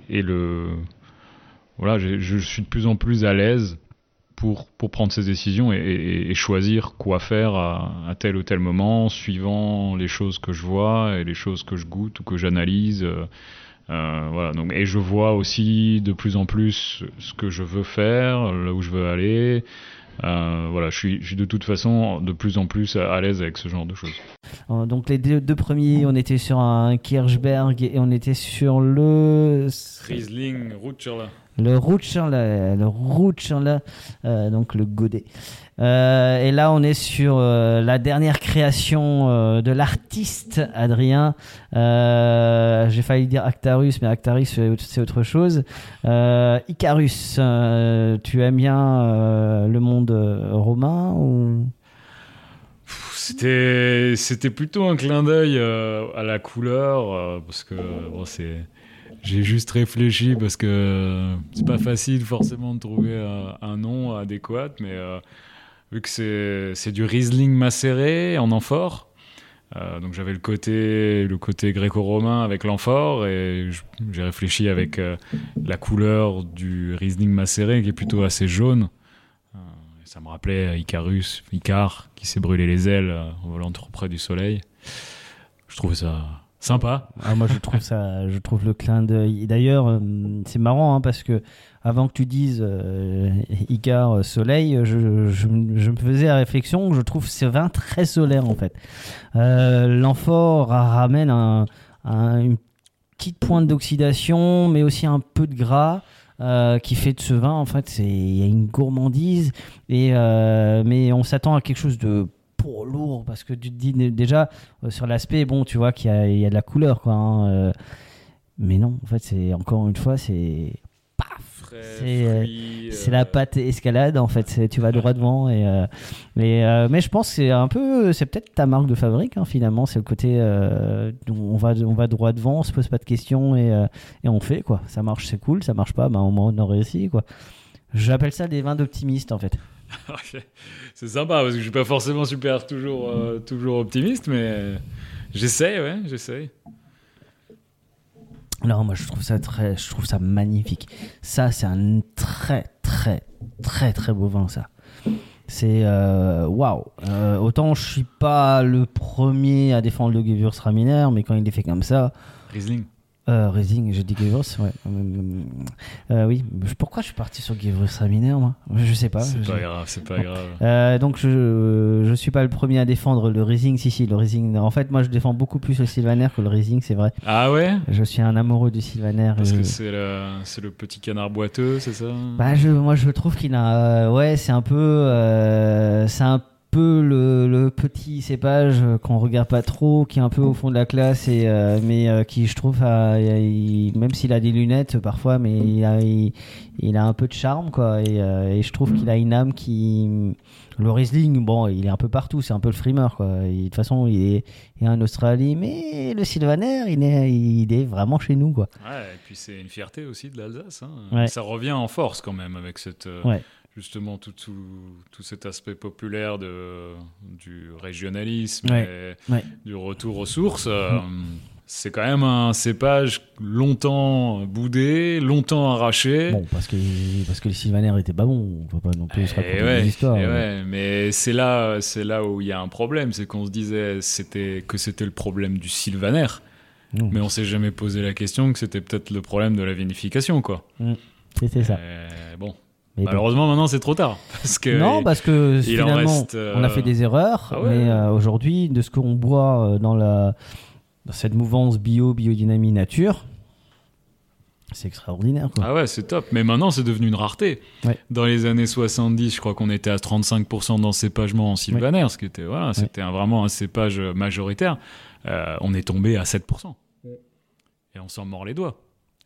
je suis de plus en plus à l'aise pour prendre ces décisions et choisir quoi faire à tel ou tel moment, suivant les choses que je vois et les choses que je goûte ou que j'analyse. Donc, et je vois aussi de plus en plus ce que je veux faire, là où je veux aller. Je suis de toute façon de plus en plus à l'aise avec ce genre de choses. Donc les deux premiers, on était sur un Kirchberg et on était sur le Riesling Rutschler. Le Rutschler, donc le godet. Et là, on est sur la dernière création de l'artiste Adrien. J'ai failli dire Actarus, mais Actarus, c'est autre chose. Icarus, tu aimes bien le monde romain ou... C'était plutôt un clin d'œil à la couleur, parce que j'ai juste réfléchi parce que c'est pas facile forcément de trouver un nom adéquat, mais vu que c'est du Riesling macéré en amphore, donc j'avais le côté gréco-romain avec l'amphore et j'ai réfléchi avec la couleur du Riesling macéré qui est plutôt assez jaune. Ça me rappelait Icare qui s'est brûlé les ailes en volant trop près du soleil. Je trouvais ça sympa. Moi je trouve le clin d'œil. D'ailleurs c'est marrant parce que avant que tu dises Icare soleil, je me faisais la réflexion que je trouve ce vin très solaire en fait. L'amphore ramène une petite pointe d'oxydation mais aussi un peu de gras. Qui fait de ce vin, en fait, il y a une gourmandise, mais on s'attend à quelque chose de lourd, parce que tu te dis déjà, sur l'aspect, bon, tu vois qu'il y a de la couleur, quoi. Mais non, en fait, encore une fois, c'est la pâte escalade, en fait. Tu vas droit devant. Mais je pense que c'est peut-être ta marque de fabrique, finalement. C'est le côté on va droit devant, on se pose pas de questions et on fait, quoi. Ça marche, c'est cool. Ça marche pas, au moins on a réussi, quoi. J'appelle ça des vins d'optimistes, en fait. C'est sympa parce que je suis pas forcément toujours optimiste, mais j'essaye. Non, moi je trouve ça magnifique. Ça, c'est un très très très très beau vin, ça. C'est waouh. Autant je suis pas le premier à défendre le Gewürztraminer, mais quand il est fait comme ça. Riesling, j'ai dit Gewürz, ouais. Oui. Pourquoi je suis parti sur Gewürztraminer, moi ? Je sais pas. C'est pas grave. Donc je suis pas le premier à défendre le Riesling. Si, le Riesling. En fait, moi je défends beaucoup plus le Sylvaner que le Riesling, c'est vrai. Ah ouais ? Je suis un amoureux du Sylvaner. Parce que c'est le petit canard boiteux, c'est ça ? Moi je trouve qu'il a. C'est un peu. Le petit cépage qu'on regarde pas trop, qui est un peu au fond de la classe, mais qui je trouve même s'il a des lunettes parfois, mais il a un peu de charme, quoi, et je trouve qu'il a une âme qui... Le Riesling, bon, il est un peu partout, c'est un peu le frimeur, quoi. De toute façon il est en Australie, mais le Sylvaner il est vraiment chez nous, quoi. Ouais, et puis c'est une fierté aussi de l'Alsace, Ouais. Ça revient en force quand même avec cette... Ouais. Justement tout cet aspect populaire du régionalisme et du retour aux sources. C'est quand même un cépage longtemps boudé, longtemps arraché. Bon, parce que les Sylvaner étaient pas bons, on peut pas non plus se raconter des histoires. Mais c'est là où il y a un problème, c'est qu'on se disait que c'était le problème du Sylvaner, mais on s'est jamais posé la question que c'était peut-être le problème de la vinification, quoi. C'était ça. Bon. Malheureusement, maintenant c'est trop tard. Parce que finalement, on a fait des erreurs, mais aujourd'hui, de ce qu'on boit dans cette mouvance biodynamie nature, c'est extraordinaire, quoi. Ah ouais, c'est top. Mais maintenant, c'est devenu une rareté. Ouais. Dans les années 70, je crois qu'on était à 35% d'encépagement en Sylvaner, ce qui était, c'était vraiment un cépage majoritaire. On est tombé à 7%. Et on s'en mord les doigts.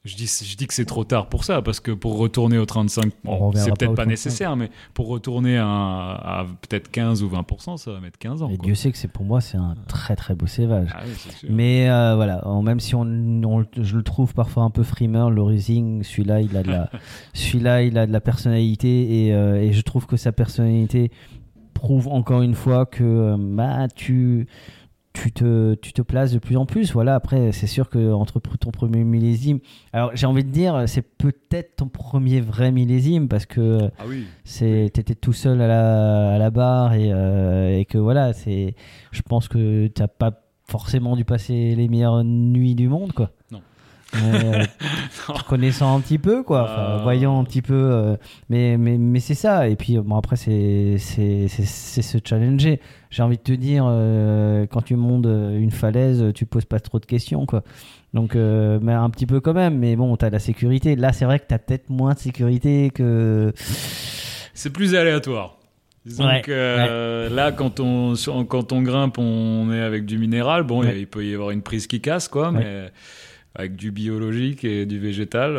Je dis que c'est trop tard pour ça, parce que pour retourner au 35, c'est peut-être pas nécessaire, mais pour retourner à peut-être 15 ou 20%, ça va mettre 15 ans. Et Dieu sait que pour moi, c'est un très très beau sévage. Ah oui, c'est sûr. Mais voilà, même si je le trouve parfois un peu frimeur, le Rising, celui-là, il a de la personnalité, et je trouve que sa personnalité prouve encore une fois que tu te places de plus en plus. Voilà, après, c'est sûr qu'entre ton premier millésime... Alors, j'ai envie de dire, c'est peut-être ton premier vrai millésime, parce que t'étais tout seul à la barre, et que voilà, je pense que t'as pas forcément dû passer les meilleures nuits du monde, quoi. Non. Connaissant un petit peu, quoi, voyant un petit peu, mais c'est ça. Et puis bon, après c'est se challenger. J'ai envie de te dire, quand tu montes une falaise, tu poses pas trop de questions, quoi. Donc mais un petit peu quand même, mais bon, t'as de la sécurité. Là, c'est vrai que t'as peut-être moins de sécurité que... C'est plus aléatoire. Donc là, quand on grimpe, on est avec du minéral. Bon, il peut y avoir une prise qui casse, quoi, mais avec du biologique et du végétal,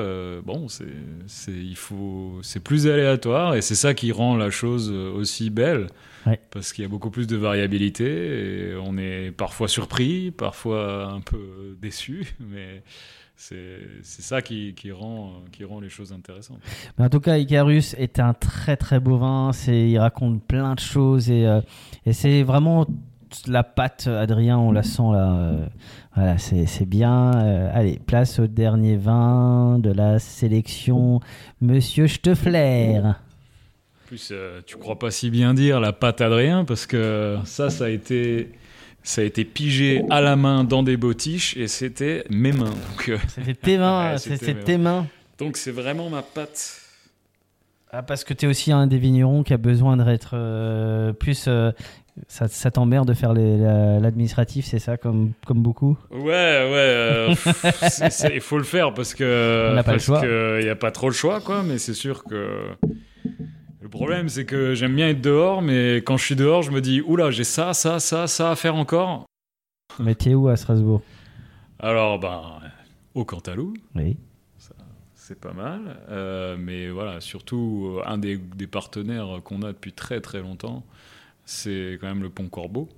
c'est plus aléatoire, et c'est ça qui rend la chose aussi belle, parce qu'il y a beaucoup plus de variabilité, et on est parfois surpris, parfois un peu déçu, mais c'est ça qui rend les choses intéressantes. Mais en tout cas, Icarus est un très très beau vin, il raconte plein de choses, et c'est vraiment la patte, Adrien, on la sent là. Voilà, c'est bien. Allez, place au dernier vin de la sélection, Monsieur Steffler. En plus, tu crois pas si bien dire la patte Adrien, parce que ça a été pigé à la main dans des bottiches, et c'était mes mains. Donc, c'était tes mains, c'était tes mains. Donc c'est vraiment ma patte. Ah, parce que tu es aussi un des vignerons qui a besoin d'être plus... Ça t'emmerde de faire l'administratif, c'est ça, comme beaucoup? Ouais, il faut le faire parce que... On n'a pas le choix. Il n'y a pas trop le choix, quoi, mais c'est sûr que... Le problème, c'est que j'aime bien être dehors, mais quand je suis dehors, je me dis, oula, j'ai ça à faire encore. Mais t'es où à Strasbourg? Alors, au Cantalou. Oui. C'est pas mal, mais voilà, surtout un des partenaires qu'on a depuis très très longtemps, c'est quand même le Pont Corbeau,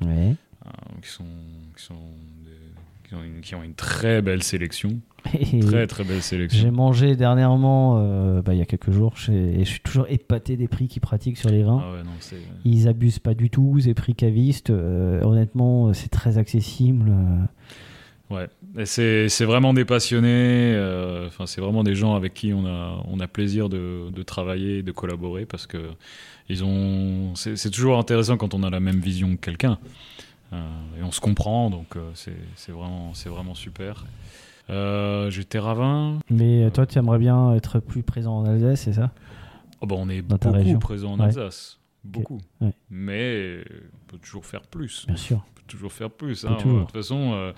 qui ont une très belle sélection, très très belle sélection. J'ai mangé dernièrement, il y a quelques jours, et je suis toujours épaté des prix qu'ils pratiquent sur les vins. Ah ouais, non, ils abusent pas du tout, ces prix cavistes. Honnêtement, c'est très accessible. Ouais, et c'est vraiment des passionnés. C'est vraiment des gens avec qui on a plaisir de travailler, de collaborer, parce que c'est toujours intéressant quand on a la même vision que quelqu'un, et on se comprend, donc c'est vraiment super. J'étais ravin. Mais toi, tu aimerais bien être plus présent en Alsace, c'est ça? On est beaucoup présent en Alsace, beaucoup. Okay. Mais on peut toujours faire plus. Bien sûr. On peut toujours faire plus. De toute façon.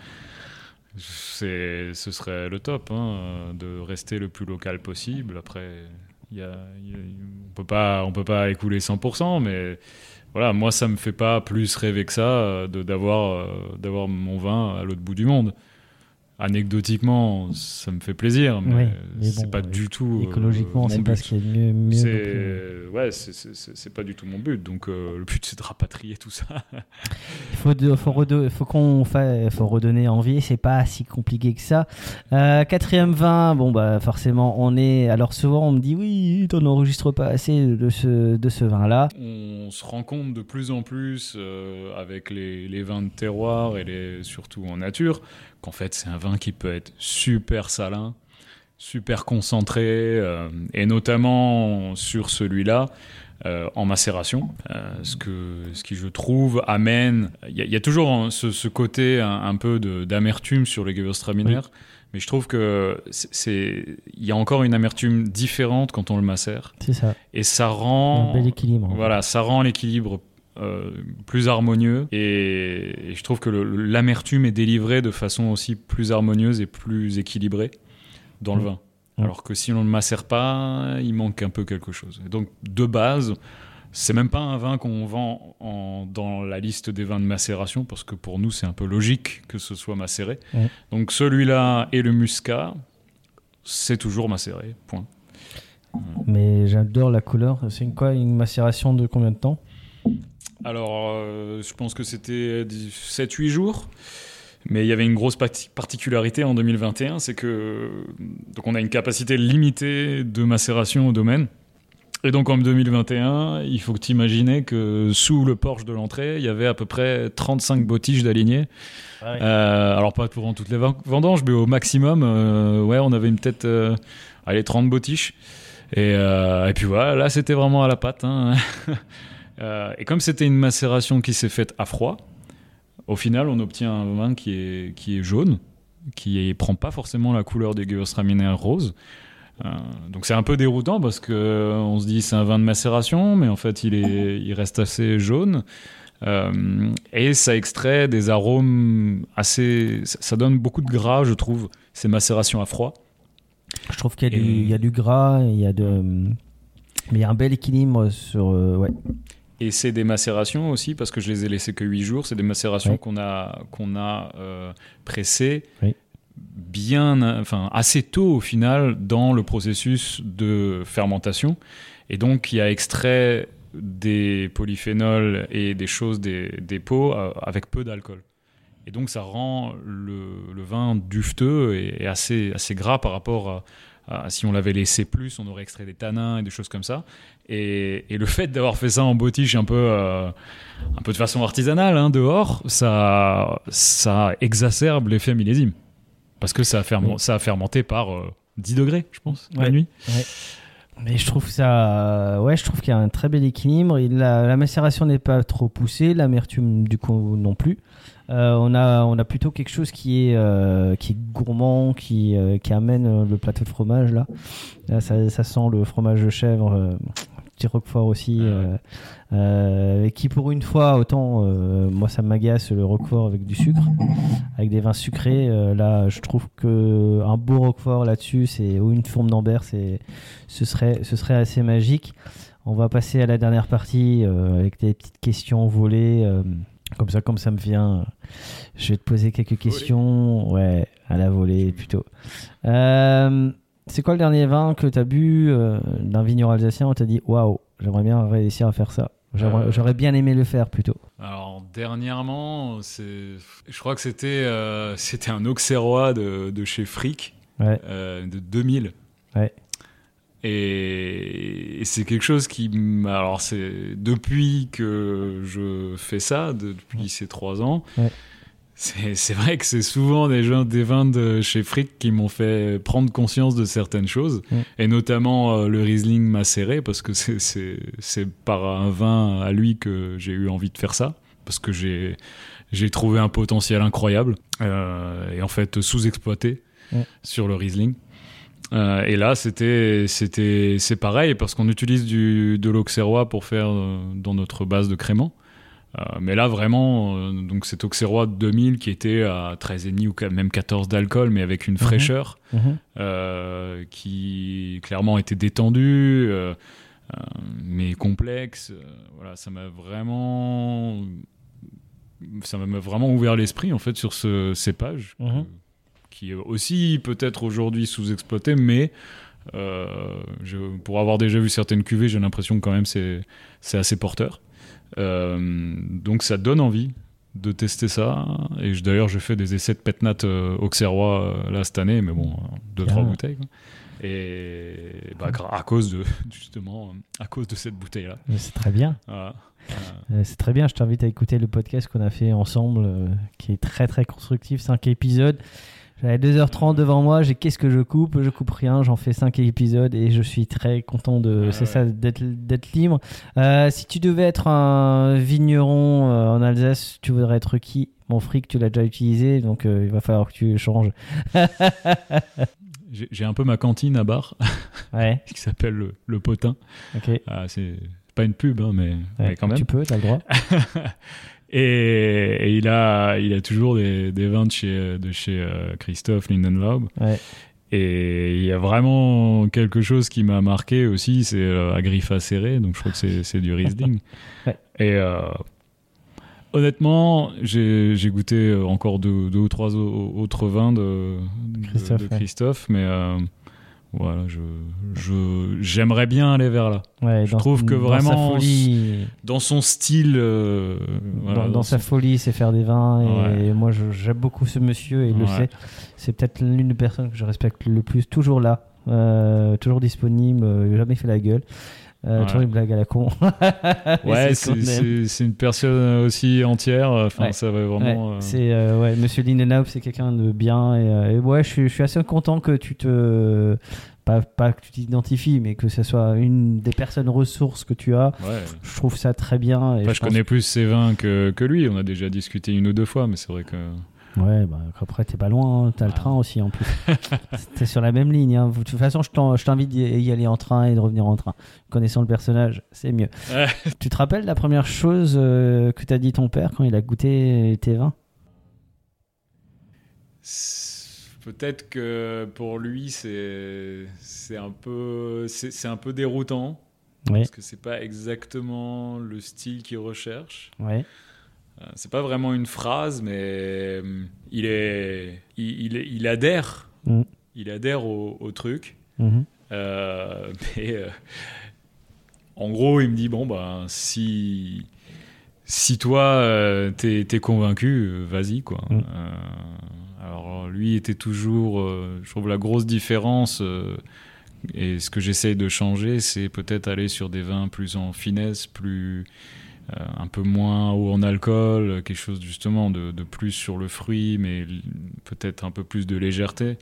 Ce serait le top, de rester le plus local possible. Après, on peut pas écouler 100%, mais voilà, moi ça me fait pas plus rêver que ça d'avoir mon vin à l'autre bout du monde. Anecdotiquement, ça me fait plaisir, mais c'est pas du tout écologiquement, c'est pas ce qui est mieux. C'est pas du tout mon but. Donc le but, c'est de rapatrier tout ça. Il faut redonner envie. C'est pas si compliqué que ça. Quatrième vin, forcément, on est. Alors souvent, on me dit oui, t'en enregistres pas assez de ce vin-là. On se rend compte de plus en plus avec les vins de terroir et surtout en nature, qu'en fait, c'est un vin qui peut être super salin, super concentré, et notamment sur celui-là, en macération. Ce qui, je trouve, amène... Il y a toujours ce côté un peu d'amertume sur les Gewürztraminer, mais je trouve qu'il y a encore une amertume différente quand on le macère. C'est ça. Et ça rend... Un bel équilibre. Voilà, ça rend l'équilibre plus harmonieux, et je trouve que l'amertume est délivrée de façon aussi plus harmonieuse et plus équilibrée dans le vin. Alors que si on ne le macère pas, il manque un peu quelque chose. Et donc, de base, c'est même pas un vin qu'on vend dans la liste des vins de macération, parce que pour nous, c'est un peu logique que ce soit macéré. Donc celui-là et le muscat c'est toujours macéré, point. Mais j'adore la couleur. C'est une macération de combien de temps ? Alors, je pense que c'était 7-8 jours. Mais il y avait une grosse particularité en 2021, c'est que donc on a une capacité limitée de macération au domaine. Et donc en 2021, il faut que tu imagines que sous le porche de l'entrée, il y avait à peu près 35 bottiges d'alignés. Ah oui. Alors pas pour toutes les vendanges, mais au maximum, on avait peut-être 30 bottiges. Et puis voilà, là c'était vraiment à la patte. Hein. Et comme c'était une macération qui s'est faite à froid, au final on obtient un vin qui est jaune, qui prend pas forcément la couleur des Gewürztraminer rose. Donc c'est un peu déroutant parce qu'on se dit c'est un vin de macération, mais en fait il reste assez jaune. Et ça extrait des arômes assez... Ça donne beaucoup de gras, je trouve, ces macérations à froid. Je trouve qu'il y a du gras, mais il y a un bel équilibre sur... ouais. Et c'est des macérations aussi, parce que je les ai laissées que 8 jours, c'est des macérations qu'on a pressées assez tôt au final dans le processus de fermentation. Et donc il y a extrait des polyphénols et des choses des peaux avec peu d'alcool. Et donc ça rend le vin dufteux et assez gras par rapport à si on l'avait laissé plus, on aurait extrait des tanins et des choses comme ça. Et le fait d'avoir fait ça en bottiche un peu de façon artisanale, hein, dehors, ça exacerbe l'effet millésime. Parce que ça a fermenté par 10 degrés, je pense, la nuit. Ouais. Mais je trouve qu'il y a un très bel équilibre. La macération n'est pas trop poussée, l'amertume du coup non plus. On a plutôt quelque chose qui est gourmand, qui amène le plateau de fromage là. Là ça sent le fromage de chèvre, petit roquefort aussi, qui pour une fois autant moi ça m'agace le roquefort avec du sucre, avec des vins sucrés. Là je trouve que un beau roquefort là-dessus, ou une fourme d'Ambert, ce serait assez magique. On va passer à la dernière partie avec des petites questions volées. Comme ça me vient, je vais te poser quelques questions. Ouais, à la volée plutôt. C'est quoi le dernier vin que tu as bu d'un vigneron alsacien où tu as dit waouh, j'aimerais bien réussir à faire ça. J'aurais bien aimé le faire plutôt. Alors dernièrement, je crois que c'était un auxerrois de chez Frick, de 2000. Ouais. Et c'est quelque chose alors c'est depuis que je fais ça, depuis ces 3 ans, c'est vrai que c'est souvent des vins de chez Frick qui m'ont fait prendre conscience de certaines choses, et notamment le Riesling macéré, parce que c'est par un vin à lui que j'ai eu envie de faire ça, parce que j'ai trouvé un potentiel incroyable, et en fait sous-exploité sur le Riesling. Et là, c'est pareil, parce qu'on utilise de l'auxerrois pour faire dans notre base de crément. Mais là, vraiment, donc cet auxerrois de 2000 qui était à 13,5 ou même 14 d'alcool, mais avec une fraîcheur qui clairement était détendue, mais complexe. Voilà, ça m'a vraiment ouvert l'esprit en fait sur ce cépage. Qui est aussi peut-être aujourd'hui sous-exploité, mais pour avoir déjà vu certaines cuvées, j'ai l'impression que quand même c'est assez porteur. Donc ça donne envie de tester ça. Et d'ailleurs, je fais des essais de Petnat auxerrois là cette année, mais bon, 2-3 bouteilles. Quoi. Et à cause de cette bouteille-là. Mais c'est très bien. Voilà. C'est très bien, je t'invite à écouter le podcast qu'on a fait ensemble, qui est très très constructif, 5 épisodes. J'avais 2h30 devant moi, qu'est-ce que je coupe rien, j'en fais 5 épisodes et je suis très content ça, d'être libre. Si tu devais être un vigneron en Alsace, tu voudrais être qui ? Mon fric, tu l'as déjà utilisé, donc il va falloir que tu changes. J'ai un peu ma cantine à bar, qui s'appelle le Potin. Okay. C'est pas une pub, hein, mais quand même. Tu peux, t'as le droit. Et il a toujours des vins de chez Christophe Lindenlaub. Ouais. Et il y a vraiment quelque chose qui m'a marqué aussi, c'est Agriffa serré, donc je crois que c'est du Riesling. Et Honnêtement, j'ai goûté encore deux ou trois autres vins de Christophe, mais voilà, j'aimerais bien aller vers là. Ouais, je trouve que vraiment, dans sa folie, dans son style, dans sa folie, c'est faire des vins. Et moi, j'aime beaucoup ce monsieur et il le sait. C'est peut-être l'une des personnes que je respecte le plus. Toujours là, toujours disponible, jamais fait la gueule. Toujours une blague à la con. Ouais, c'est une personne aussi entière. Enfin, ça va vraiment. Monsieur Lindenau, c'est quelqu'un de bien. Et ouais, je suis assez content que tu te. Pas que tu t'identifies, mais que ce soit une des personnes ressources que tu as. Ouais. Je trouve ça très bien. Et je connais plus ses vins que lui. On a déjà discuté une ou deux fois, mais c'est vrai que. Ouais, après t'es pas loin, hein. T'as le train aussi en plus. T'es sur la même ligne. Hein. De toute façon, je t'invite d'y aller en train et de revenir en train. Connaissant le personnage, c'est mieux. Tu te rappelles la première chose que t'as dit ton père quand il a goûté tes vins ? Peut-être que pour lui, c'est un peu déroutant. Ouais. Parce que c'est pas exactement le style qu'il recherche. Ouais. C'est pas vraiment une phrase, mais il adhère. Il adhère au truc. Mais en gros, il me dit si toi t'es convaincu, vas-y quoi. Alors lui était toujours, je trouve la grosse différence. Et ce que j'essaye de changer, c'est peut-être aller sur des vins plus en finesse, plus un peu moins haut en alcool, quelque chose justement de plus sur le fruit, mais peut-être un peu plus de légèreté.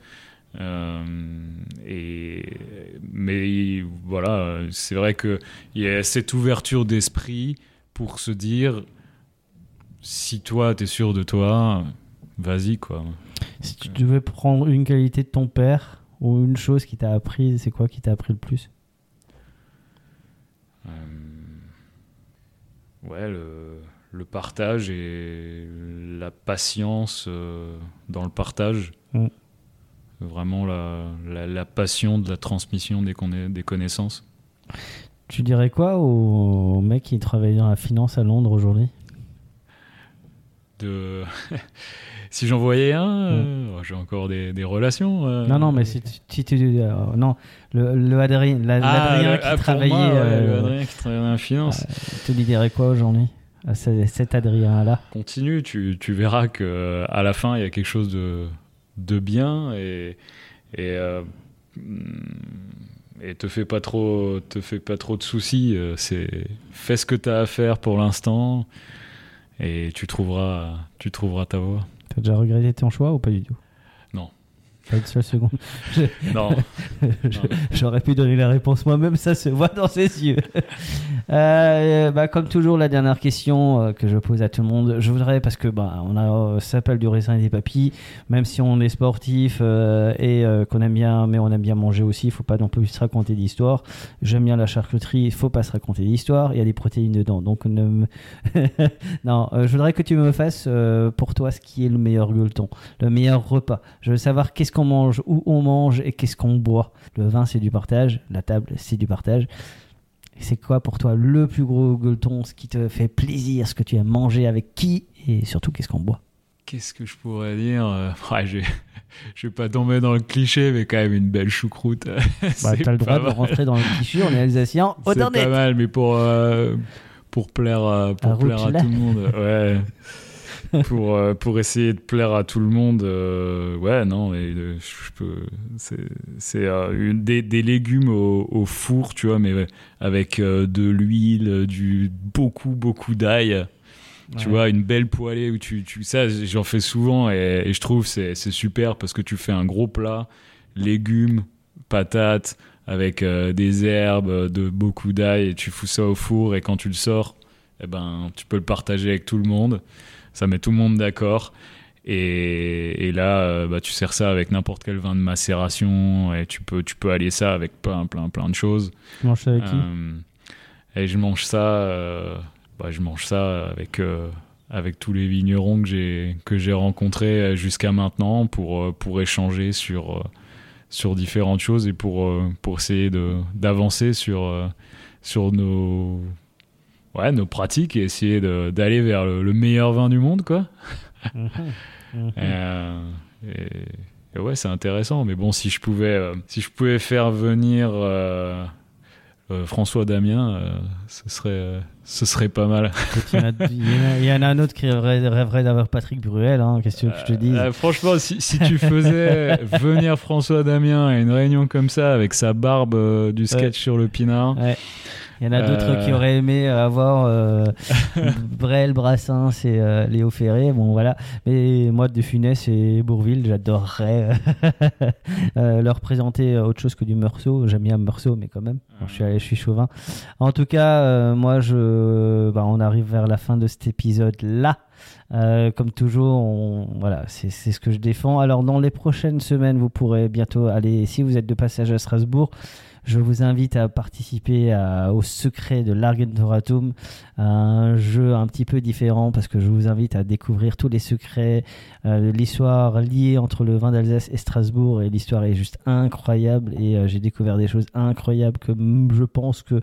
Mais voilà, c'est vrai qu'il y a cette ouverture d'esprit pour se dire, si toi t'es sûr de toi, vas-y quoi. Si tu devais prendre une qualité de ton père ou une chose qui t'a appris, c'est quoi qui t'a appris le plus ? Ouais, le partage et la patience dans le partage. Vraiment la passion de la transmission des connaissances. Tu dirais quoi au mec qui travaille dans la finance à Londres aujourd'hui ? Si j'en voyais un, j'ai encore des relations. Non, mais si tu non, l'Adrien qui travaillait. L'Adrien qui travaillait dans la finance. Tu lui dirais quoi aujourd'hui à cet Adrien-là ? Continue, tu verras que à la fin il y a quelque chose de bien et te fais pas trop de soucis. Fais ce que tu as à faire pour l'instant et tu trouveras ta voie. T'as déjà regretté ton choix ou pas du tout ? Non. Pas une seule seconde. Non. J'aurais pu donner la réponse moi-même, ça se voit dans ses yeux. Comme toujours, la dernière question que je pose à tout le monde, je voudrais, parce que ça s'appelle du raisin et des papilles, même si on est sportif et qu'on aime bien, mais on aime bien manger aussi, il faut pas non plus se raconter d'histoire. J'aime bien la charcuterie, il faut pas se raconter d'histoire, il y a des protéines dedans, donc non, je voudrais que tu me fasses pour toi ce qui est le meilleur gueuleton, le meilleur repas. Je veux savoir qu'est-ce qu'on mange, où on mange et qu'est-ce qu'on boit. Le vin, c'est du partage, la table, c'est du partage. C'est quoi pour toi le plus gros gueuleton, ce qui te fait plaisir, ce que tu aimes manger, avec qui et surtout qu'est-ce qu'on boit ? Qu'est-ce que je pourrais dire ? Je vais pas tomber dans le cliché, mais quand même une belle choucroute. T'as le droit de rentrer dans le cliché, on est alsacien. C'est pas mal, mais pour plaire à tout le monde. Ouais. Pour essayer de plaire à tout le monde, c'est des légumes au four, tu vois, mais avec de l'huile, beaucoup d'ail. Tu vois, une belle poêlée où ça, j'en fais souvent et je trouve c'est super parce que tu fais un gros plat, légumes, patates, avec des herbes, beaucoup d'ail, et tu fous ça au four et quand tu le sors, tu peux le partager avec tout le monde. Ça met tout le monde d'accord. Et là, tu sers ça avec n'importe quel vin de macération et tu peux aller ça avec plein de choses. Tu manges ça avec qui ? Et je mange ça avec tous les vignerons que j'ai rencontrés jusqu'à maintenant pour échanger sur différentes choses et pour essayer d'avancer sur nos pratiques et essayer d'aller vers le meilleur vin du monde, quoi. Et ouais, c'est intéressant. Mais bon, si je pouvais faire venir François Damien, ce serait pas mal. Il y en a un autre qui rêverait d'avoir Patrick Bruel, hein. Qu'est-ce que je te dis? Franchement, si tu faisais venir François Damien à une réunion comme ça, avec sa barbe du sketch sur le pinard... Ouais. Il y en a d'autres qui auraient aimé avoir Brel, Brassens et Léo Ferré. Bon, voilà. Mais moi, De Funès et Bourvil, j'adorerais leur présenter autre chose que du Meursault. J'aime bien Meursault, mais quand même, je suis chauvin. En tout cas, moi, on arrive vers la fin de cet épisode-là. Comme toujours, voilà, c'est ce que je défends. Alors, dans les prochaines semaines, vous pourrez bientôt aller, si vous êtes de passage à Strasbourg, je vous invite à participer au Secret de l'Argentoratum, un jeu un petit peu différent parce que je vous invite à découvrir tous les secrets de l'histoire liée entre le vin d'Alsace et Strasbourg, et l'histoire est juste incroyable et j'ai découvert des choses incroyables que je pense que,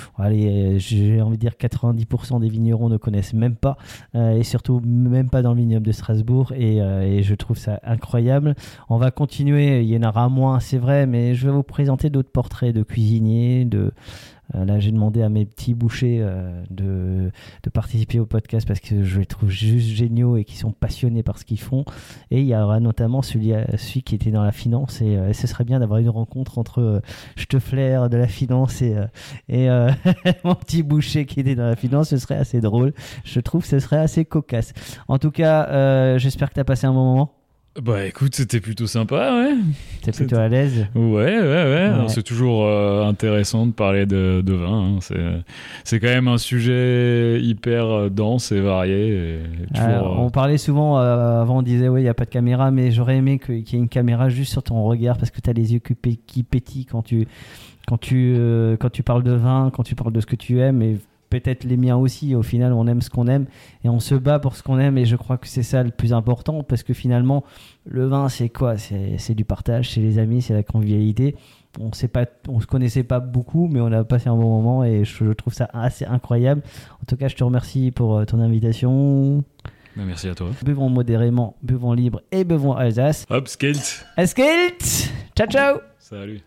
j'ai envie de dire 90% des vignerons ne connaissent même pas, et surtout même pas dans le vignoble de Strasbourg, et je trouve ça incroyable. On va continuer, il y en aura moins, c'est vrai, mais je vais vous présenter d'autres portraits de cuisiniers, là j'ai demandé à mes petits bouchers de participer au podcast parce que je les trouve juste géniaux et qui sont passionnés par ce qu'ils font, et il y aura notamment celui qui était dans la finance, et ce serait bien d'avoir une rencontre entre Stoeffler de la finance et mon petit boucher qui était dans la finance. Ce serait assez drôle, je trouve que ce serait assez cocasse. En tout cas, j'espère que tu as passé un bon moment. Bah écoute, c'était plutôt sympa, ouais. T'es plutôt à l'aise? Ouais. Non, c'est toujours intéressant de parler de vin, hein. C'est quand même un sujet hyper dense et varié. On parlait souvent, avant on disait il n'y a pas de caméra, mais j'aurais aimé qu'il y ait une caméra juste sur ton regard parce que t'as les yeux qui pétillent quand tu parles de vin, quand tu parles de ce que tu aimes, et peut-être les miens aussi. Au final, on aime ce qu'on aime et on se bat pour ce qu'on aime, et je crois que c'est ça le plus important, parce que finalement, le vin, c'est quoi? C'est du partage, c'est les amis, c'est la convivialité. On se connaissait pas beaucoup, mais on a passé un bon moment et je trouve ça assez incroyable. En tout cas, je te remercie pour ton invitation. Merci à toi. Buvons modérément, buvons libre et buvons Alsace. Hop, Skelt. Ciao, ciao. Salut.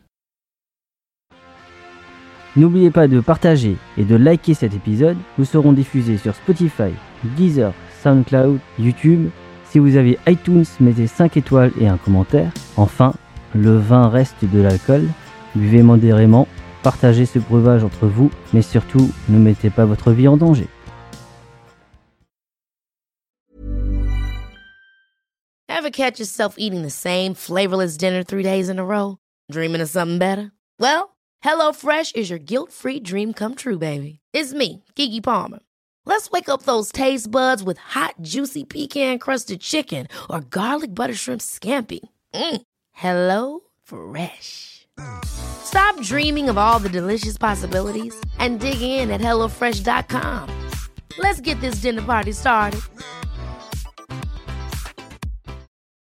N'oubliez pas de partager et de liker cet épisode. Nous serons diffusés sur Spotify, Deezer, SoundCloud, YouTube. Si vous avez iTunes, mettez 5 étoiles et un commentaire. Enfin, le vin reste de l'alcool. Buvez modérément, partagez ce breuvage entre vous, mais surtout, ne mettez pas votre vie en danger. Ever catch yourself eating the same flavorless dinner 3 days in a row? Dreaming of something better? Well, HelloFresh is your guilt-free dream come true, baby. It's me, Keke Palmer. Let's wake up those taste buds with hot, juicy pecan-crusted chicken or garlic butter shrimp scampi. Hello Fresh. Stop dreaming of all the delicious possibilities and dig in at HelloFresh.com. Let's get this dinner party started.